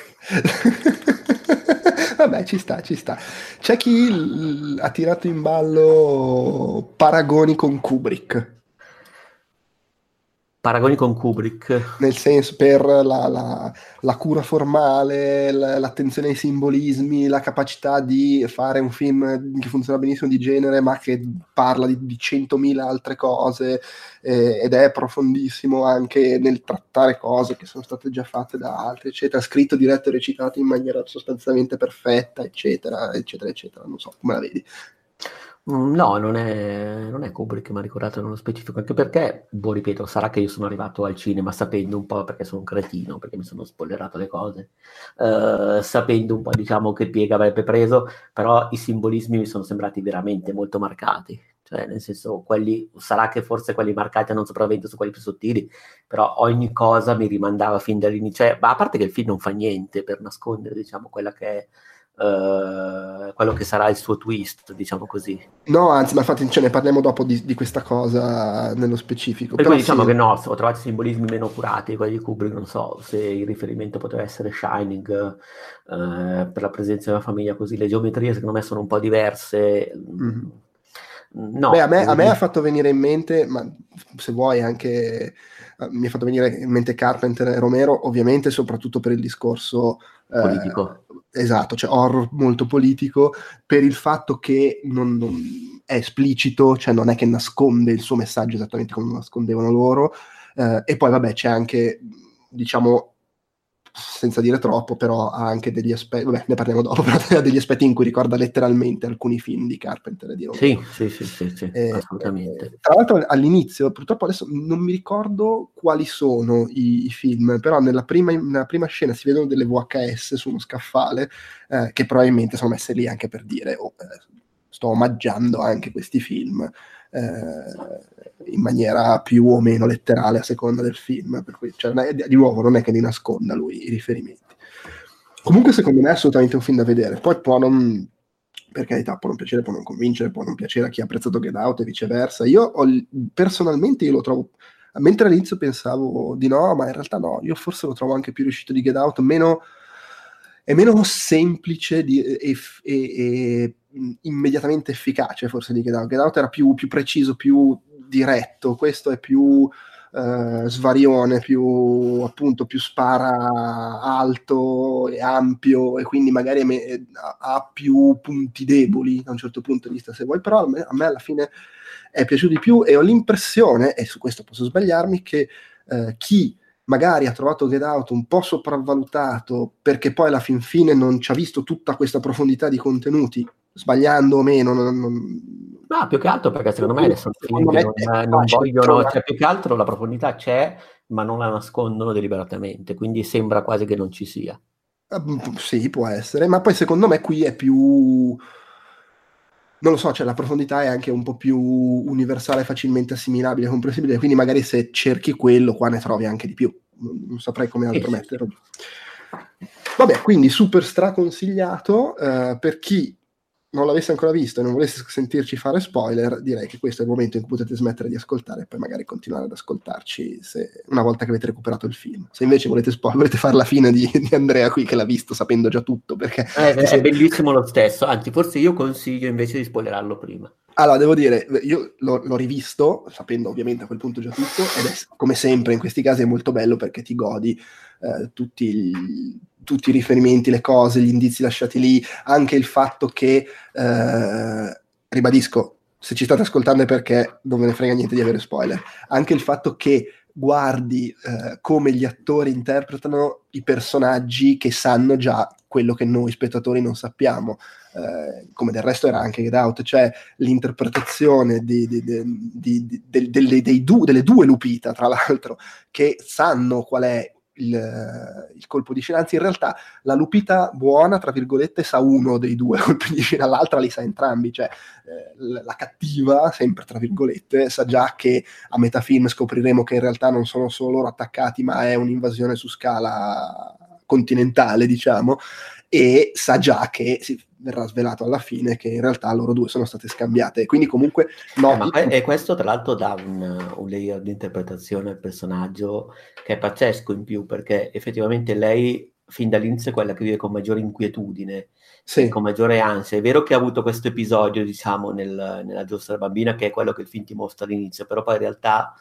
Vabbè, ci sta, ci sta. C'è chi l- ha tirato in ballo paragoni con Kubrick, Paragoni con Kubrick. nel senso per la, la- la cura formale, l- l'attenzione ai simbolismi, la capacità di fare un film che funziona benissimo di genere, ma che parla di, di centomila altre cose, eh, ed è profondissimo anche nel trattare cose che sono state già fatte da altri, eccetera, scritto, diretto e recitato in maniera sostanzialmente perfetta, eccetera, eccetera, eccetera. Non so, come la vedi? Mm, No, non è, non è Kubrick che mi ha ricordato nello specifico, anche perché, boh, ripeto, sarà che io sono arrivato al cinema sapendo un po' perché sono un cretino, perché mi sono spoilerato le cose, eh, sapendo un po', diciamo, che piega avrebbe preso, però i simbolismi mi sono sembrati veramente molto marcati, cioè, nel senso, quelli, sarà che forse quelli marcati hanno sopravvento su quelli più sottili, però ogni cosa mi rimandava fin dall'inizio, cioè, ma a parte che il film non fa niente per nascondere, diciamo, quella che è Uh, quello che sarà il suo twist, diciamo così. No, anzi, ma infatti ce ne parliamo dopo di, di questa cosa nello specifico. Per Però cui diciamo sì, che no, ho trovato simbolismi meno curati, quelli di Kubrick, non so se il riferimento poteva essere Shining, eh, per la presenza di una famiglia così, le geometrie secondo me sono un po' diverse. mm-hmm. Beh, a No, me, a devo me ha dire fatto venire in mente, ma se vuoi anche, eh, mi ha fatto venire in mente Carpenter e Romero, ovviamente soprattutto per il discorso, politico. eh, esatto, cioè horror molto politico, per il fatto che non, non- è esplicito, cioè non è che nasconde il suo messaggio esattamente come lo nascondevano loro, eh, e poi vabbè c'è anche, diciamo, senza dire troppo, però ha anche degli aspetti, vabbè, ne parliamo dopo, però ha degli aspetti in cui ricorda letteralmente alcuni film di Carpenter e di Romero. Sì, sì, sì, sì, sì, Eh, eh, assolutamente. tra l'altro all'inizio, purtroppo adesso non mi ricordo quali sono i, i film, però nella prima, nella prima scena si vedono delle V H S su uno scaffale, eh, che probabilmente sono messe lì anche per dire, oh, eh, sto omaggiando anche questi film eh, in maniera più o meno letterale a seconda del film, per cui, cioè, di nuovo non è che li nasconda lui i riferimenti. Comunque secondo me è assolutamente un film da vedere, poi può non, per carità, può non piacere, può non convincere, può non piacere a chi ha apprezzato Get Out e viceversa. Io ho, personalmente io lo trovo, mentre all'inizio pensavo di no, ma in realtà no, io forse lo trovo anche più riuscito di Get Out, meno, è meno semplice di, e, e, e immediatamente efficace forse di Get Out. Get Out era più, più preciso, più diretto, questo è più Uh, svarione, più appunto più spara alto e ampio e quindi magari me, ha più punti deboli da un certo punto di vista se vuoi, però a me, a me alla fine è piaciuto di più e ho l'impressione, e su questo posso sbagliarmi, che uh, chi magari ha trovato Get Out un po' sopravvalutato perché poi alla fin fine non ci ha visto tutta questa profondità di contenuti, sbagliando o meno, non, non... No, più che altro perché secondo me sono film che non, non vogliono, cioè più che altro la profondità c'è, ma non la nascondono deliberatamente, quindi sembra quasi che non ci sia. Uh, sì, può essere, ma poi secondo me qui è più... non lo so, cioè la profondità è anche un po' più universale, facilmente assimilabile, comprensibile, quindi magari se cerchi quello qua ne trovi anche di più, non, non saprei come altro sì, metterlo. Vabbè, quindi super straconsigliato, uh, per chi non l'avesse ancora visto e non volesse sentirci fare spoiler, direi che questo è il momento in cui potete smettere di ascoltare e poi magari continuare ad ascoltarci se, una volta che avete recuperato il film. Se invece volete spoiler, volete fare la fine di, di Andrea qui che l'ha visto sapendo già tutto, perché è, è bellissimo lo stesso, anzi forse io consiglio invece di spoilerarlo prima. Allora, devo dire, io l'ho, l'ho rivisto, sapendo ovviamente a quel punto già tutto, ed è, come sempre in questi casi è molto bello perché ti godi eh, tutti, gli, tutti i riferimenti, le cose, gli indizi lasciati lì, anche il fatto che, eh, ribadisco, se ci state ascoltando è perché non ve ne frega niente di avere spoiler, anche il fatto che guardi eh, come gli attori interpretano i personaggi che sanno già quello che noi spettatori non sappiamo. Eh, come del resto era anche Get Out, cioè l'interpretazione di, di, di, di, di, delle, dei du, delle due Lupita, tra l'altro, che sanno qual è il, il colpo di scena, anzi in realtà la Lupita buona, tra virgolette, sa uno dei due colpi di scena, l'altra li sa entrambi, cioè eh, la cattiva, sempre tra virgolette, sa già che a metà film scopriremo che in realtà non sono solo loro attaccati, ma è un'invasione su scala continentale, diciamo, e sa già che si verrà svelato alla fine che in realtà loro due sono state scambiate, quindi comunque no. Eh, ma, e questo tra l'altro dà un, un layer di interpretazione al personaggio che è pazzesco in più, perché effettivamente lei fin dall'inizio è quella che vive con maggiore inquietudine, sì, e con maggiore ansia. È vero che ha avuto questo episodio, diciamo, nel, nella giostra bambina, che è quello che il film ti mostra all'inizio, però poi in realtà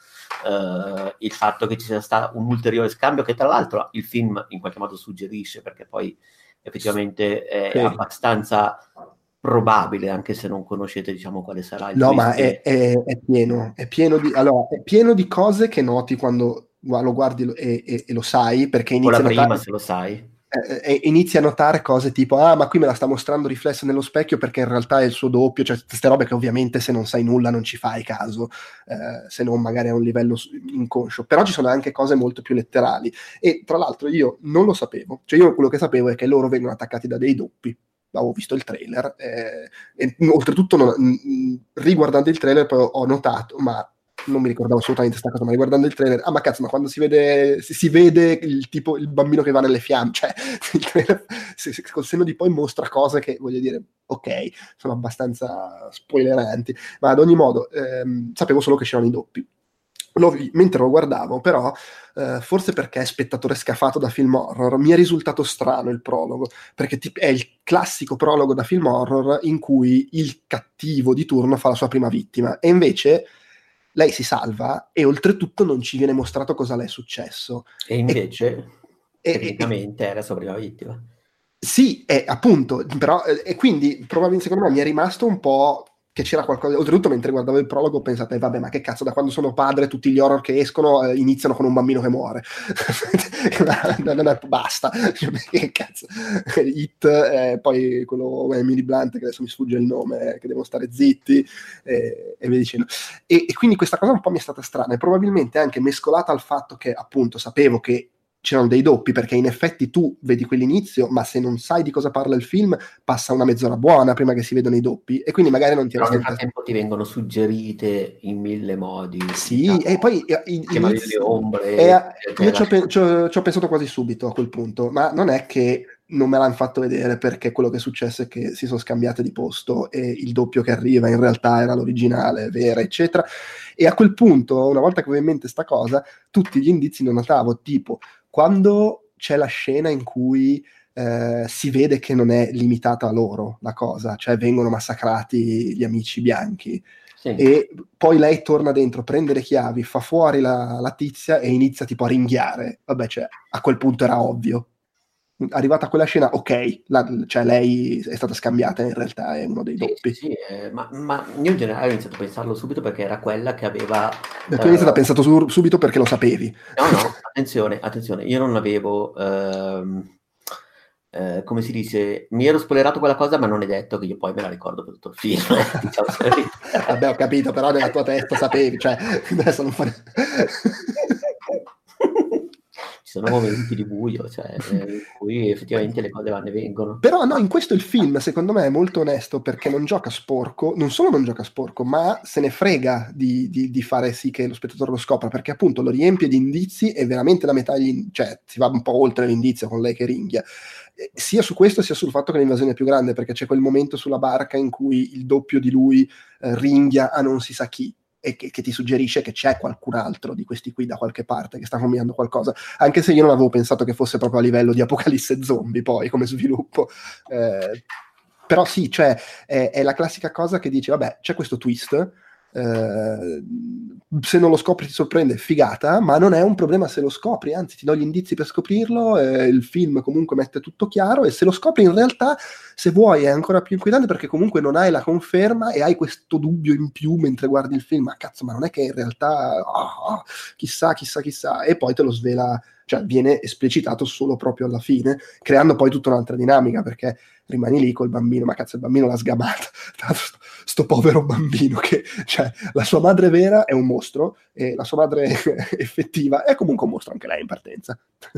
Uh, il fatto che ci sia stato un ulteriore scambio, che tra l'altro il film in qualche modo suggerisce, perché poi effettivamente è sì. abbastanza probabile, anche se non conoscete, diciamo, quale sarà il no, twist. Ma è, è, è pieno, è pieno di allora, è pieno di cose che noti quando lo guardi e, e, e lo sai, perché inizia o la prima, a notare, se lo sai. Eh, inizia a notare cose tipo ah ma qui me la sta mostrando riflesso nello specchio perché in realtà è il suo doppio, cioè queste robe che ovviamente se non sai nulla non ci fai caso, eh, se non magari a un livello inconscio, però ci sono anche cose molto più letterali e tra l'altro io non lo sapevo, cioè io quello che sapevo è che loro vengono attaccati da dei doppi, avevo visto il trailer eh, e oltretutto non, mh, riguardando il trailer poi ho notato, ma non mi ricordavo assolutamente sta cosa, ma riguardando il trailer, ah ma cazzo, ma quando si vede si, si vede il tipo il bambino che va nelle fiamme, cioè il trailer se, se, col senno di poi mostra cose che voglio dire ok, sono abbastanza spoileranti, ma ad ogni modo ehm, sapevo solo che c'erano i doppi. Lo, mentre lo guardavo però eh, forse perché è spettatore scafato da film horror mi è risultato strano il prologo, perché t- è il classico prologo da film horror in cui il cattivo di turno fa la sua prima vittima e invece lei si salva e oltretutto non ci viene mostrato cosa le è successo. E invece, e, tecnicamente, e, era sua prima vittima. Sì, è, appunto, però, e quindi probabilmente secondo me mi è rimasto un po' che c'era qualcosa, oltretutto mentre guardavo il prologo ho pensato, eh, vabbè, ma che cazzo, da quando sono padre tutti gli horror che escono eh, iniziano con un bambino che muore. no, no, no, basta, che cazzo. It, eh, poi quello Emily Blunt, che adesso mi sfugge il nome, eh, che devono stare zitti, eh, e via dicendo. E, e quindi questa cosa un po' mi è stata strana, e probabilmente anche mescolata al fatto che, appunto, sapevo che c'erano dei doppi, perché in effetti tu vedi quell'inizio, ma se non sai di cosa parla il film, passa una mezz'ora buona prima che si vedano i doppi, e quindi magari non ti Però resta nel in testa. frattempo ti vengono suggerite in mille modi, Sì, diciamo, e poi eh, il tema delle inizi- ombre, e, cioè io la ci ho, pe- ci ho- ci ho pensato quasi subito a quel punto, ma non è che non me l'hanno fatto vedere, perché quello che è successo è che si sono scambiate di posto e il doppio che arriva in realtà era l'originale, vera, eccetera. E a quel punto, una volta che avevo in mente sta cosa, tutti gli indizi li notavo, tipo quando c'è la scena in cui eh, si vede che non è limitata a loro la cosa, cioè vengono massacrati gli amici bianchi, Sì. e poi lei torna dentro, prende le chiavi, fa fuori la, la tizia e inizia tipo a ringhiare. Vabbè, cioè, a quel punto era ovvio. Arrivata a quella scena, ok, la- cioè lei è stata scambiata, in realtà è uno dei Sì, sì, doppi. sì, eh, ma, ma io in generale ho iniziato a pensarlo subito perché era quella che aveva... E tu hai iniziato a eh, pensare su- subito perché lo sapevi. no, no, attenzione, attenzione, io non avevo... ehm, eh, come si dice, mi ero spoilerato quella cosa, ma non è detto che io poi me la ricordo per tutto il film. eh, diciamo la verità. Vabbè, ho capito, però nella tua testa sapevi, cioè, adesso non fare... Ci sono momenti di buio, cioè, eh, in cui effettivamente le cose vanno e vengono. Però no, in questo il film secondo me è molto onesto, perché non gioca sporco, non solo non gioca sporco, ma se ne frega di, di- di fare sì che lo spettatore lo scopra, perché appunto lo riempie di indizi e veramente la metà, gli- cioè si va un po' oltre l'indizio con lei che ringhia. Eh, sia su questo sia sul fatto che l'invasione è più grande, perché c'è quel momento sulla barca in cui il doppio di lui eh, ringhia a non si sa chi, e che, che ti suggerisce che c'è qualcun altro di questi qui da qualche parte che sta combinando qualcosa, anche se io non avevo pensato che fosse proprio a livello di Apocalisse zombie poi come sviluppo. Eh, però sì, cioè è, è la classica cosa che dice vabbè, c'è questo twist, eh, se non lo scopri ti sorprende, figata, ma non è un problema se lo scopri, anzi ti do gli indizi per scoprirlo, eh, il film comunque mette tutto chiaro, e se lo scopri in realtà, se vuoi, è ancora più inquietante, perché comunque non hai la conferma e hai questo dubbio in più mentre guardi il film, ma cazzo, ma non è che in realtà oh, oh, chissà, chissà, chissà, e poi te lo svela, cioè viene esplicitato solo proprio alla fine, creando poi tutta un'altra dinamica, perché rimani lì col bambino, ma cazzo il bambino l'ha sgamata, sto, sto povero bambino che, cioè, la sua madre vera è un mostro e la sua madre effettiva è comunque un mostro anche lei in partenza.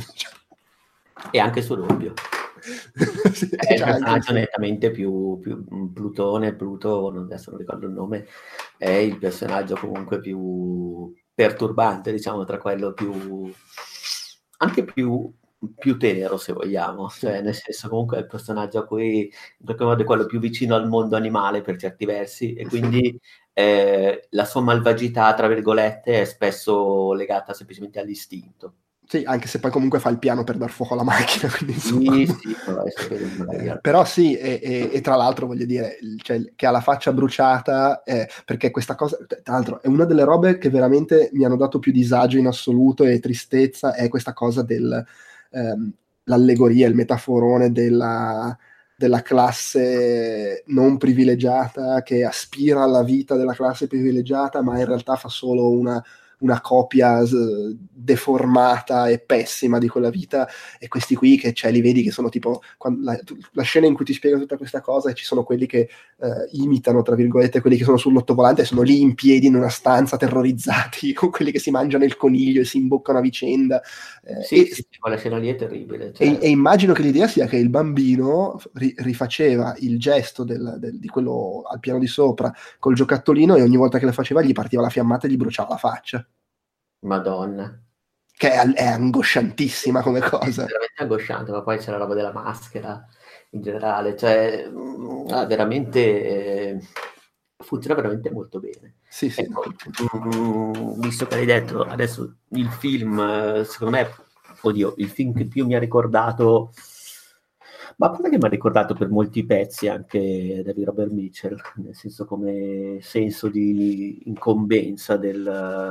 E anche il suo doppio. Sì, È il c'ha anche il personaggio suo- nettamente più, più Plutone, Pluto, non- adesso non ricordo il nome, è il personaggio comunque più perturbante, diciamo, tra quello più... anche più, più tenero, se vogliamo, sì. cioè nel senso comunque è il personaggio a cui in qualche modo è quello più vicino al mondo animale per certi versi, e quindi eh, la sua malvagità, tra virgolette, è spesso legata semplicemente all'istinto. Sì, anche se poi comunque fa il piano per dar fuoco alla macchina, quindi insomma... Sì, sì, però adesso quello magari Eh, però sì, e, e- e tra l'altro voglio dire, il- cioè, che ha la faccia bruciata, eh, perché questa cosa, tra l'altro, è una delle robe che veramente mi hanno dato più disagio in assoluto e tristezza, è questa cosa del, ehm, l'allegoria, il metaforone della, della classe non privilegiata che aspira alla vita della classe privilegiata, ma in realtà fa solo una una copia s- deformata e pessima di quella vita, e questi qui che cioè, li vedi che sono tipo quando, la, la scena in cui ti spiega tutta questa cosa, e ci sono quelli che eh, imitano tra virgolette quelli che sono sull'ottovolante e sono lì in piedi in una stanza terrorizzati con quelli che si mangiano il coniglio e si imboccano a vicenda, eh, Sì, e, sì, sì, quella scena lì è terribile. e, Cioè, e immagino che l'idea sia che il bambino ri- rifaceva il gesto del, del, di quello al piano di sopra col giocattolino, e ogni volta che lo faceva gli partiva la fiammata e gli bruciava la faccia, Madonna. che è, è angosciantissima come È cosa. veramente angosciante, ma poi c'è la roba della maschera in generale, cioè mh, ah, veramente eh, funziona veramente molto bene. Sì, sì, no. Ecco, mh, visto che hai detto adesso il film, eh, secondo me, oddio, il film che più mi ha ricordato, ma guarda che mi ha ricordato per molti pezzi anche David Robert Mitchell, nel senso come senso di incombenza del,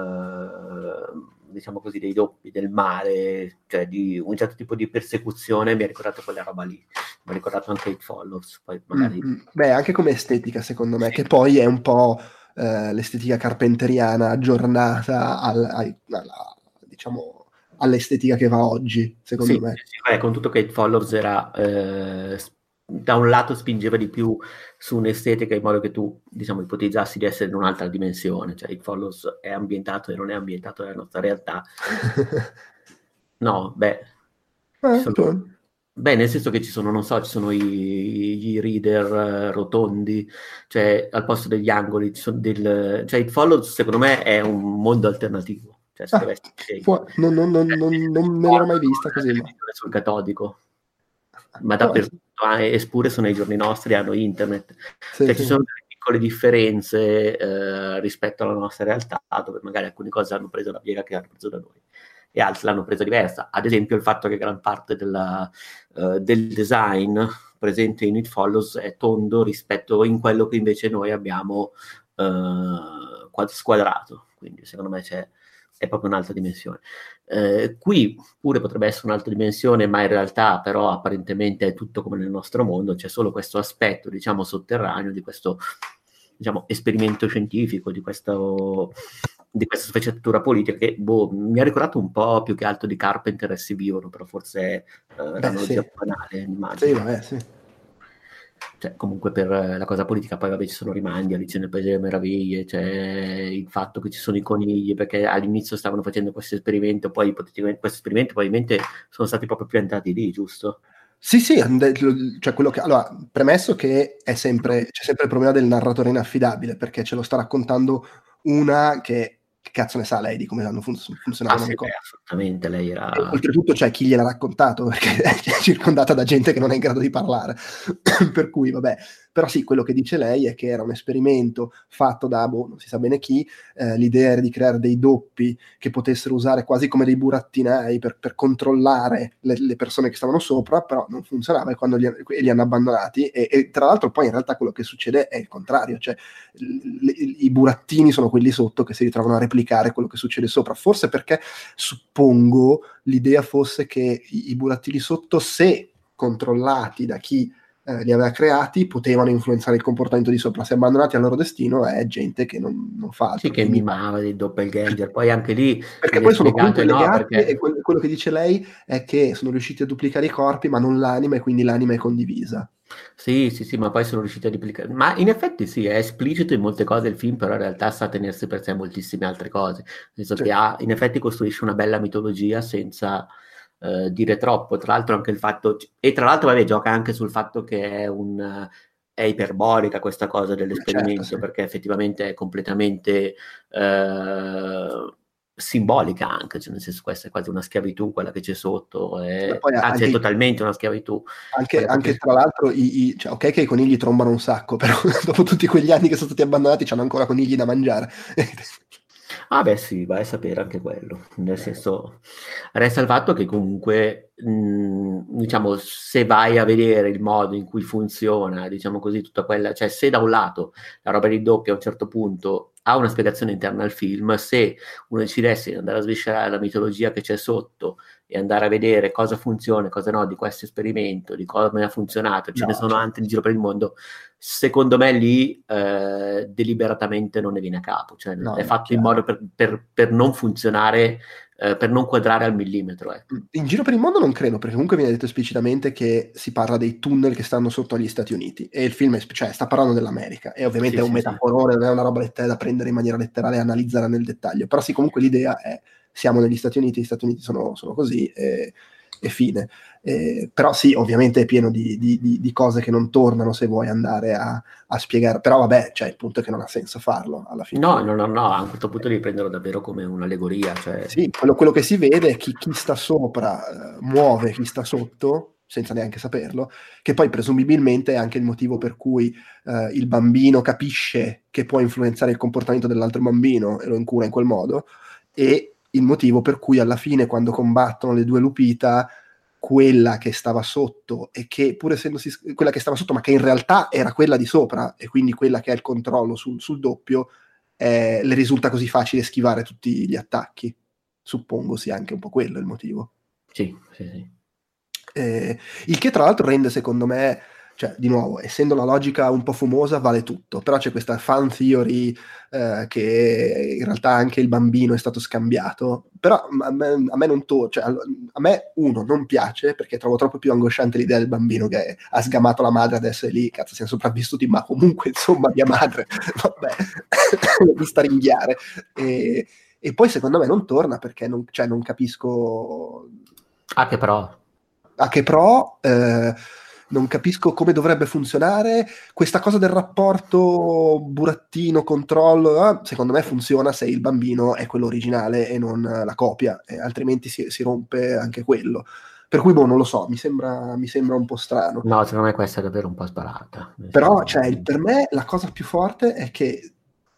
eh, diciamo così, dei doppi, del male, cioè di un certo tipo di persecuzione, mi ha ricordato quella roba lì. Mi ha ricordato anche It Follows, poi magari... Mm-hmm. Beh, anche come estetica, secondo me, Sì. che poi è un po' eh, l'estetica carpenteriana aggiornata al, ai- alla, diciamo, all'estetica che va oggi, secondo Sì, me. sì, sì, beh, con tutto che It Follows era, eh, s- da un lato spingeva di più su un'estetica in modo che tu, diciamo, ipotizzassi di essere in un'altra dimensione, cioè It Follows è ambientato e non è ambientato nella nostra realtà. No, beh, ci Eh, sono... cioè, Beh, nel senso che ci sono, non so, ci sono i, i reader eh, rotondi, cioè al posto degli angoli, ci sono del... cioè il follow secondo me è un mondo alternativo, cioè se deve ah, essere scelto. può- non, non- non- Cioè, non- non me l'ero mai vista guardano così, la ma televisione sul catodico, ma può essere. dappertutto, eh, eppure sono i giorni nostri, hanno internet. Sì, Cioè ci sì. sono delle piccole differenze eh, rispetto alla nostra realtà, dove magari alcune cose hanno preso la piega che hanno preso da noi e altre l'hanno presa diversa. Ad esempio il fatto che gran parte della, eh, del design presente in It Follows è tondo rispetto in quello che invece noi abbiamo eh, quad- squadrato. Quindi secondo me c'è, è proprio un'altra dimensione. Eh, qui pure potrebbe essere un'altra dimensione, ma in realtà però apparentemente è tutto come nel nostro mondo, c'è solo questo aspetto, diciamo, sotterraneo di questo, diciamo, esperimento scientifico, di questo, di questa sfaccettatura politica che boh, mi ha ricordato un po' più che altro di Carpenter e Si Vivono, però forse è eh, Beh, l'analogia sì. più banale, Sì, immagino. vabbè, sì. Cioè, comunque per eh, la cosa politica poi vabbè ci sono rimandi, Alice nel Paese delle Meraviglie, c'è il fatto che ci sono i conigli, perché all'inizio stavano facendo questo esperimento, poi ipoteticamente questi esperimenti probabilmente sono stati proprio piantati lì, giusto? Sì, sì, and- lo- cioè quello che... Allora, premesso che è sempre, c'è sempre il problema del narratore inaffidabile, perché ce lo sta raccontando una che, che cazzo ne sa lei di come hanno fun- Ah funzionavano sì, le beh, cose. assolutamente, lei E era... oltretutto c'è chi gliel'ha raccontato, perché è circondata da gente che non è in grado di parlare. Per cui, vabbè. Però sì, quello che dice lei è che era un esperimento fatto da, boh, non si sa bene chi, eh, l'idea era di creare dei doppi che potessero usare quasi come dei burattinai per, per controllare le, le persone che stavano sopra, però non funzionava e quando li, li hanno abbandonati. E, e tra l'altro poi in realtà quello che succede è il contrario, cioè le, i burattini sono quelli sotto che si ritrovano a replicare quello che succede sopra, forse perché suppongo l'idea fosse che i, i burattini sotto, se controllati da chi eh, li aveva creati, potevano influenzare il comportamento di sopra. Se abbandonati al loro destino è gente che non, non fa Sì, altro che che imitare. mimava dei doppelganger, poi anche lì Perché viene poi sono spiegato comunque e no, legate e perché... que- quello che dice lei è che sono riusciti a duplicare i corpi ma non l'anima e quindi l'anima è condivisa. Sì, sì, sì, ma poi sono riusciti a replicare. Ma in effetti sì, è esplicito in molte cose il film, però in realtà sa tenersi per sé moltissime altre cose. Nel senso Sì. che ha, in effetti costruisce una bella mitologia senza eh, dire troppo. Tra l'altro anche il fatto... E tra l'altro, vabbè, gioca anche sul fatto che è un... È iperbolica questa cosa Certo, sì. dell'esperimento, perché effettivamente è completamente eh, simbolica anche, cioè nel senso questa è quasi una schiavitù quella che c'è sotto, Ma è- poi anzi è anche, totalmente una schiavitù anche, quella che c'è anche tra sotto. l'altro, i, i- cioè, ok che i conigli trombano un sacco, però dopo tutti quegli anni che sono stati abbandonati c'hanno ancora conigli da mangiare. Ah beh sì, vai a sapere anche quello, nel senso resta il fatto che comunque mh, diciamo se vai a vedere il modo in cui funziona, diciamo così, tutta quella, cioè se da un lato la roba di doppio a un certo punto ha una spiegazione interna al film, se uno decidesse di andare a sviscerare la mitologia che c'è sotto e andare a vedere cosa funziona e cosa no di questo esperimento, di come ha funzionato, ce ne No, sono cioè, altri in giro per il mondo, secondo me lì eh, deliberatamente non ne viene a capo, cioè no, è no, fatto in chiaro. modo per, per- per non funzionare, eh, per non quadrare al millimetro, ecco. In giro per il mondo non credo, perché comunque viene detto esplicitamente che si parla dei tunnel che stanno sotto agli Stati Uniti e il film è, cioè, sta parlando dell'America e ovviamente Sì, è un sì, sì. metaforone, non è una roba lettera da prendere in maniera letterale e analizzare nel dettaglio, però sì, comunque l'idea è siamo negli Stati Uniti, gli Stati Uniti sono, sono così e, e fine. Eh, però sì, ovviamente è pieno di, di- di- di cose che non tornano se vuoi andare a, a spiegare, però vabbè, cioè, il punto è che non ha senso farlo alla fin No, fine. no, no, no, a questo punto devi prenderlo davvero come un'allegoria, cioè... Sì, quello, quello che si vede è chi, chi sta sopra eh, muove chi sta sotto, senza neanche saperlo, che poi presumibilmente è anche il motivo per cui eh, il bambino capisce che può influenzare il comportamento dell'altro bambino e lo incura in quel modo, e il motivo per cui alla fine, quando combattono le due Lupita, quella che stava sotto, e che pur essendosi quella che stava sotto, ma che in realtà era quella di sopra, e quindi quella che ha il controllo sul, sul doppio, eh, le risulta così facile schivare tutti gli attacchi. Suppongo sia anche un po' quello il motivo. Sì, sì, sì. Eh, il che tra l'altro rende secondo me, cioè di nuovo, essendo la logica un po' fumosa vale tutto, però c'è questa fan theory eh, che in realtà anche il bambino è stato scambiato, però a me, a me non to- cioè, a me uno non piace perché trovo troppo più angosciante l'idea del bambino che ha sgamato la madre ad essere lì, cazzo siamo sopravvissuti, ma comunque insomma mia madre, vabbè, mi sta ringhiare. E, e poi secondo me non torna perché non, cioè, non capisco Ah, che però a che pro, eh, non capisco come dovrebbe funzionare questa cosa del rapporto burattino-controllo. Eh, secondo me funziona se il bambino è quello originale e non la copia, e altrimenti si, si rompe anche quello. Per cui, boh, non lo so, mi sembra, mi sembra un po' strano. no, secondo me questa è davvero un po' sparata. Nel Però, senso- cioè, per me la cosa più forte è che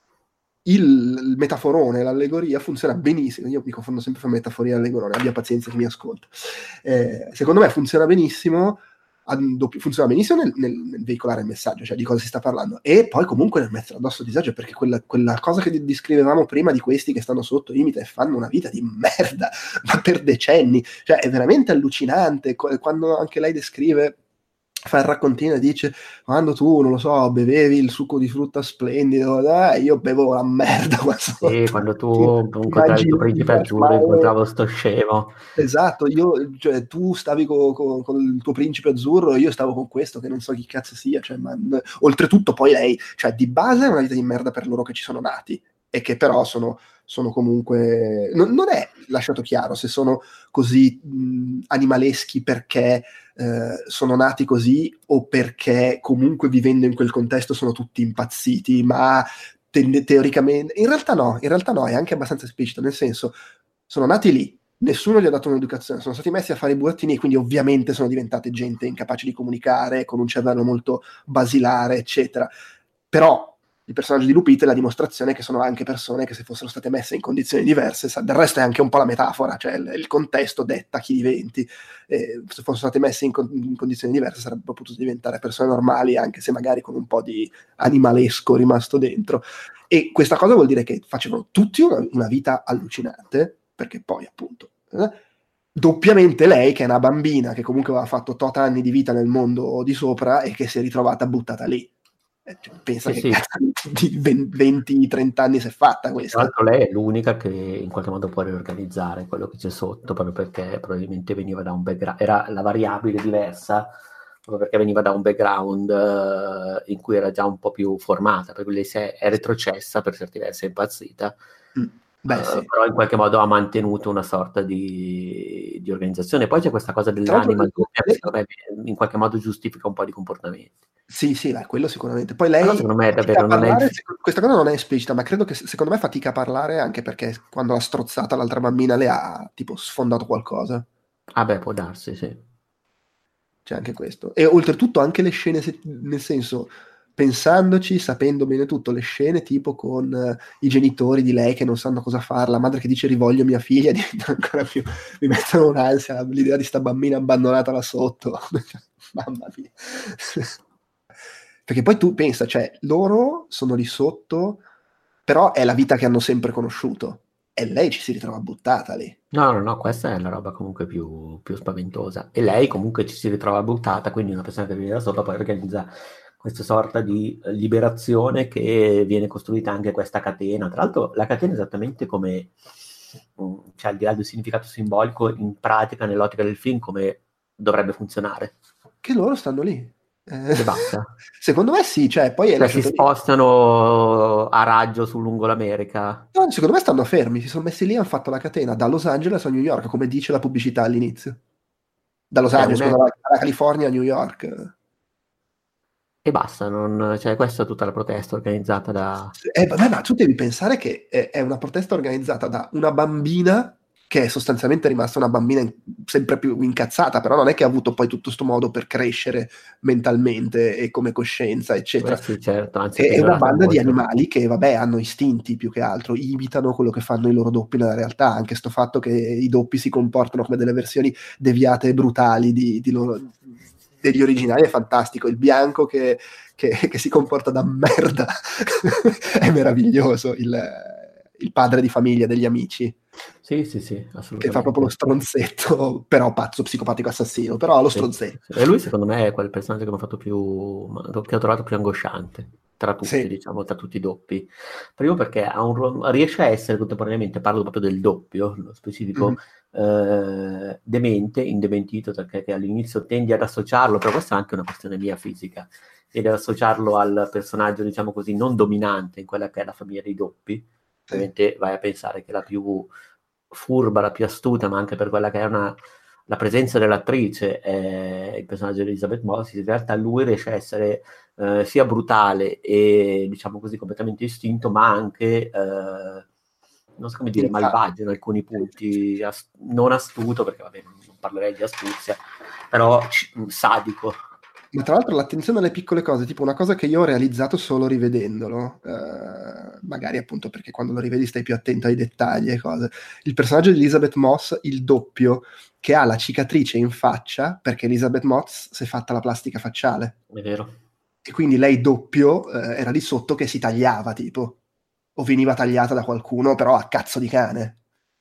il, il metaforone, l'allegoria funziona benissimo. Io mi confondo sempre fra metaforia e allegorone, abbia pazienza chi mi ascolta. Eh, secondo me funziona benissimo, a doppio- funziona benissimo nel, nel- nel veicolare il messaggio, cioè di cosa si sta parlando, e poi comunque nel mettere addosso il disagio, perché quella, quella cosa che descrivevamo prima di questi che stanno sotto limite e fanno una vita di merda, ma per decenni, cioè è veramente allucinante. Qu- quando anche lei descrive, fa il raccontino e dice: quando tu, non lo so, bevevi il succo di frutta splendido, eh, io bevo la merda qua Sì, sotto. quando tu Ti, ti incontravi il mangi tuo i principe azzurro, marshmallow. incontravo sto scemo. Esatto, io, cioè, tu stavi co- co- con il tuo principe azzurro, io stavo con questo che non so chi cazzo sia. Cioè, ma, oltretutto, poi lei, cioè, di base è una vita di merda per loro che ci sono nati e che però sono, sono comunque. Non, non è lasciato chiaro se sono così mh, animaleschi perché eh, sono nati così o perché comunque vivendo in quel contesto sono tutti impazziti, ma te- teoricamente. In realtà no, in realtà no, è anche abbastanza esplicito, nel senso, sono nati lì. Nessuno gli ha dato un'educazione, sono stati messi a fare i burattini e quindi ovviamente sono diventate gente incapace di comunicare, con un cervello molto basilare, eccetera. Però il personaggio di Lupita è la dimostrazione che sono anche persone che se fossero state messe in condizioni diverse, sa, del resto è anche un po' la metafora, cioè il, il contesto detta chi diventi. Eh, se fossero state messe in, con- in condizioni diverse sarebbero potute diventare persone normali, anche se magari con un po' di animalesco rimasto dentro. E questa cosa vuol dire che facevano tutti una, una vita allucinante, perché poi appunto eh, doppiamente lei che è una bambina che comunque aveva fatto tot anni di vita nel mondo di sopra e che si è ritrovata buttata lì. Eh, cioè, pensa Sì, che sì. cazzo di venti trenta anni si è fatta Tra questa. l'altro lei è l'unica che in qualche modo può riorganizzare quello che c'è sotto, proprio perché probabilmente veniva da un background, era la variabile diversa, proprio perché veniva da un background eh, in cui era già un po' più formata, per cui lei si è, è retrocessa, per certi versi è impazzita, Mm, beh eh, sì. però in qualche modo ha mantenuto una sorta di, di organizzazione. Poi c'è questa cosa Tra l'altro, dell'anima doppia che lei- secondo me in qualche modo giustifica un po' di comportamenti. sì, sì, beh, quello sicuramente. Poi Però lei secondo me è fatica a davvero, non è il... parlare, sec- questa cosa non è esplicita, ma credo che secondo me fatica a parlare anche perché quando l'ha strozzata l'altra bambina le ha tipo sfondato qualcosa. Ah beh, può darsi, sì. C'è anche questo. E oltretutto anche le scene, se- nel senso, pensandoci, sapendo bene tutto, le scene tipo con eh, i genitori di lei che non sanno cosa fare, la madre che dice rivoglio mia figlia, diventano ancora più, mi mettono un'ansia, l'idea di sta bambina abbandonata là sotto. Mamma mia. Perché poi tu pensa, cioè, loro sono lì sotto, però è la vita che hanno sempre conosciuto. E lei ci si ritrova buttata lì. No, no, no, questa è la roba comunque più, più spaventosa. E lei comunque ci si ritrova buttata, quindi una persona che viene da sopra poi organizza questa sorta di eh, liberazione che viene costruita anche questa catena. Tra l'altro la catena è esattamente come, mm, cioè al di là del significato simbolico, in pratica, nell'ottica del film, come dovrebbe funzionare. Che loro stanno lì. Eh, E basta. secondo me sì, cioè poi è Cioè si lasciato lì. spostano a raggio su lungo l'America. No, secondo me stanno fermi, si sono messi lì e hanno fatto la catena da Los Angeles a New York, come dice la pubblicità all'inizio. Da Los Cioè Angeles, una scusa, dalla dalla California a New York. e basta, non... cioè questa è tutta la protesta organizzata da... Eh, vabbè, ma tu devi pensare che è, è una protesta organizzata da una bambina che è sostanzialmente rimasta una bambina in- sempre più incazzata, però non è che ha avuto poi tutto questo modo per crescere mentalmente e come coscienza, Beh eccetera. sì, certo, anzi è È è una peggiorata banda di molto. animali che, vabbè, hanno istinti più che altro, imitano quello che fanno i loro doppi nella realtà, anche sto fatto che i doppi si comportano come delle versioni deviate e brutali di, di loro- degli originali è fantastico. Il bianco che, che- che si comporta da merda è meraviglioso. Il, il padre di famiglia degli amici Sì, sì, sì, che fa proprio lo assolutamente. stronzetto, però pazzo, psicopatico assassino, però lo Sì, sì, stronzetto. sì. E lui secondo me è quel personaggio che mi ha fatto più, ma- che ho trovato più angosciante tra tutti, Sì. diciamo, tra tutti i doppi. Primo perché ha un ruolo- riesce a essere contemporaneamente, parlo proprio del doppio, nello Mhm. specifico, eh, demente, indementito, perché che all'inizio tendi ad associarlo, però questa è anche una questione mia fisica, tendi ad associarlo al personaggio, diciamo così, non dominante in quella che è la famiglia dei doppi, Sì. Ovviamente vai a pensare che la più furba, la più astuta, ma anche per quella che è una, la presenza dell'attrice, è il personaggio di Elizabeth Moss, in realtà lui riesce a essere eh, sia brutale e, diciamo così, completamente istinto, ma anche, eh, non so come dire, Infatti. malvagio in alcuni punti, ast- non astuto, perché vabbè, non, non parlerei di astuzia, però c- sadico. Ma tra l'altro l'attenzione alle piccole cose, tipo una cosa che io ho realizzato solo rivedendolo, eh, magari appunto perché quando lo rivedi stai più attento ai dettagli e cose. Il personaggio di Elizabeth Moss, il doppio, che ha la cicatrice in faccia, perché Elizabeth Moss si è fatta la plastica facciale. È vero. E quindi lei doppio eh, era lì sotto che si tagliava, tipo, o veniva tagliata da qualcuno, però a cazzo di cane.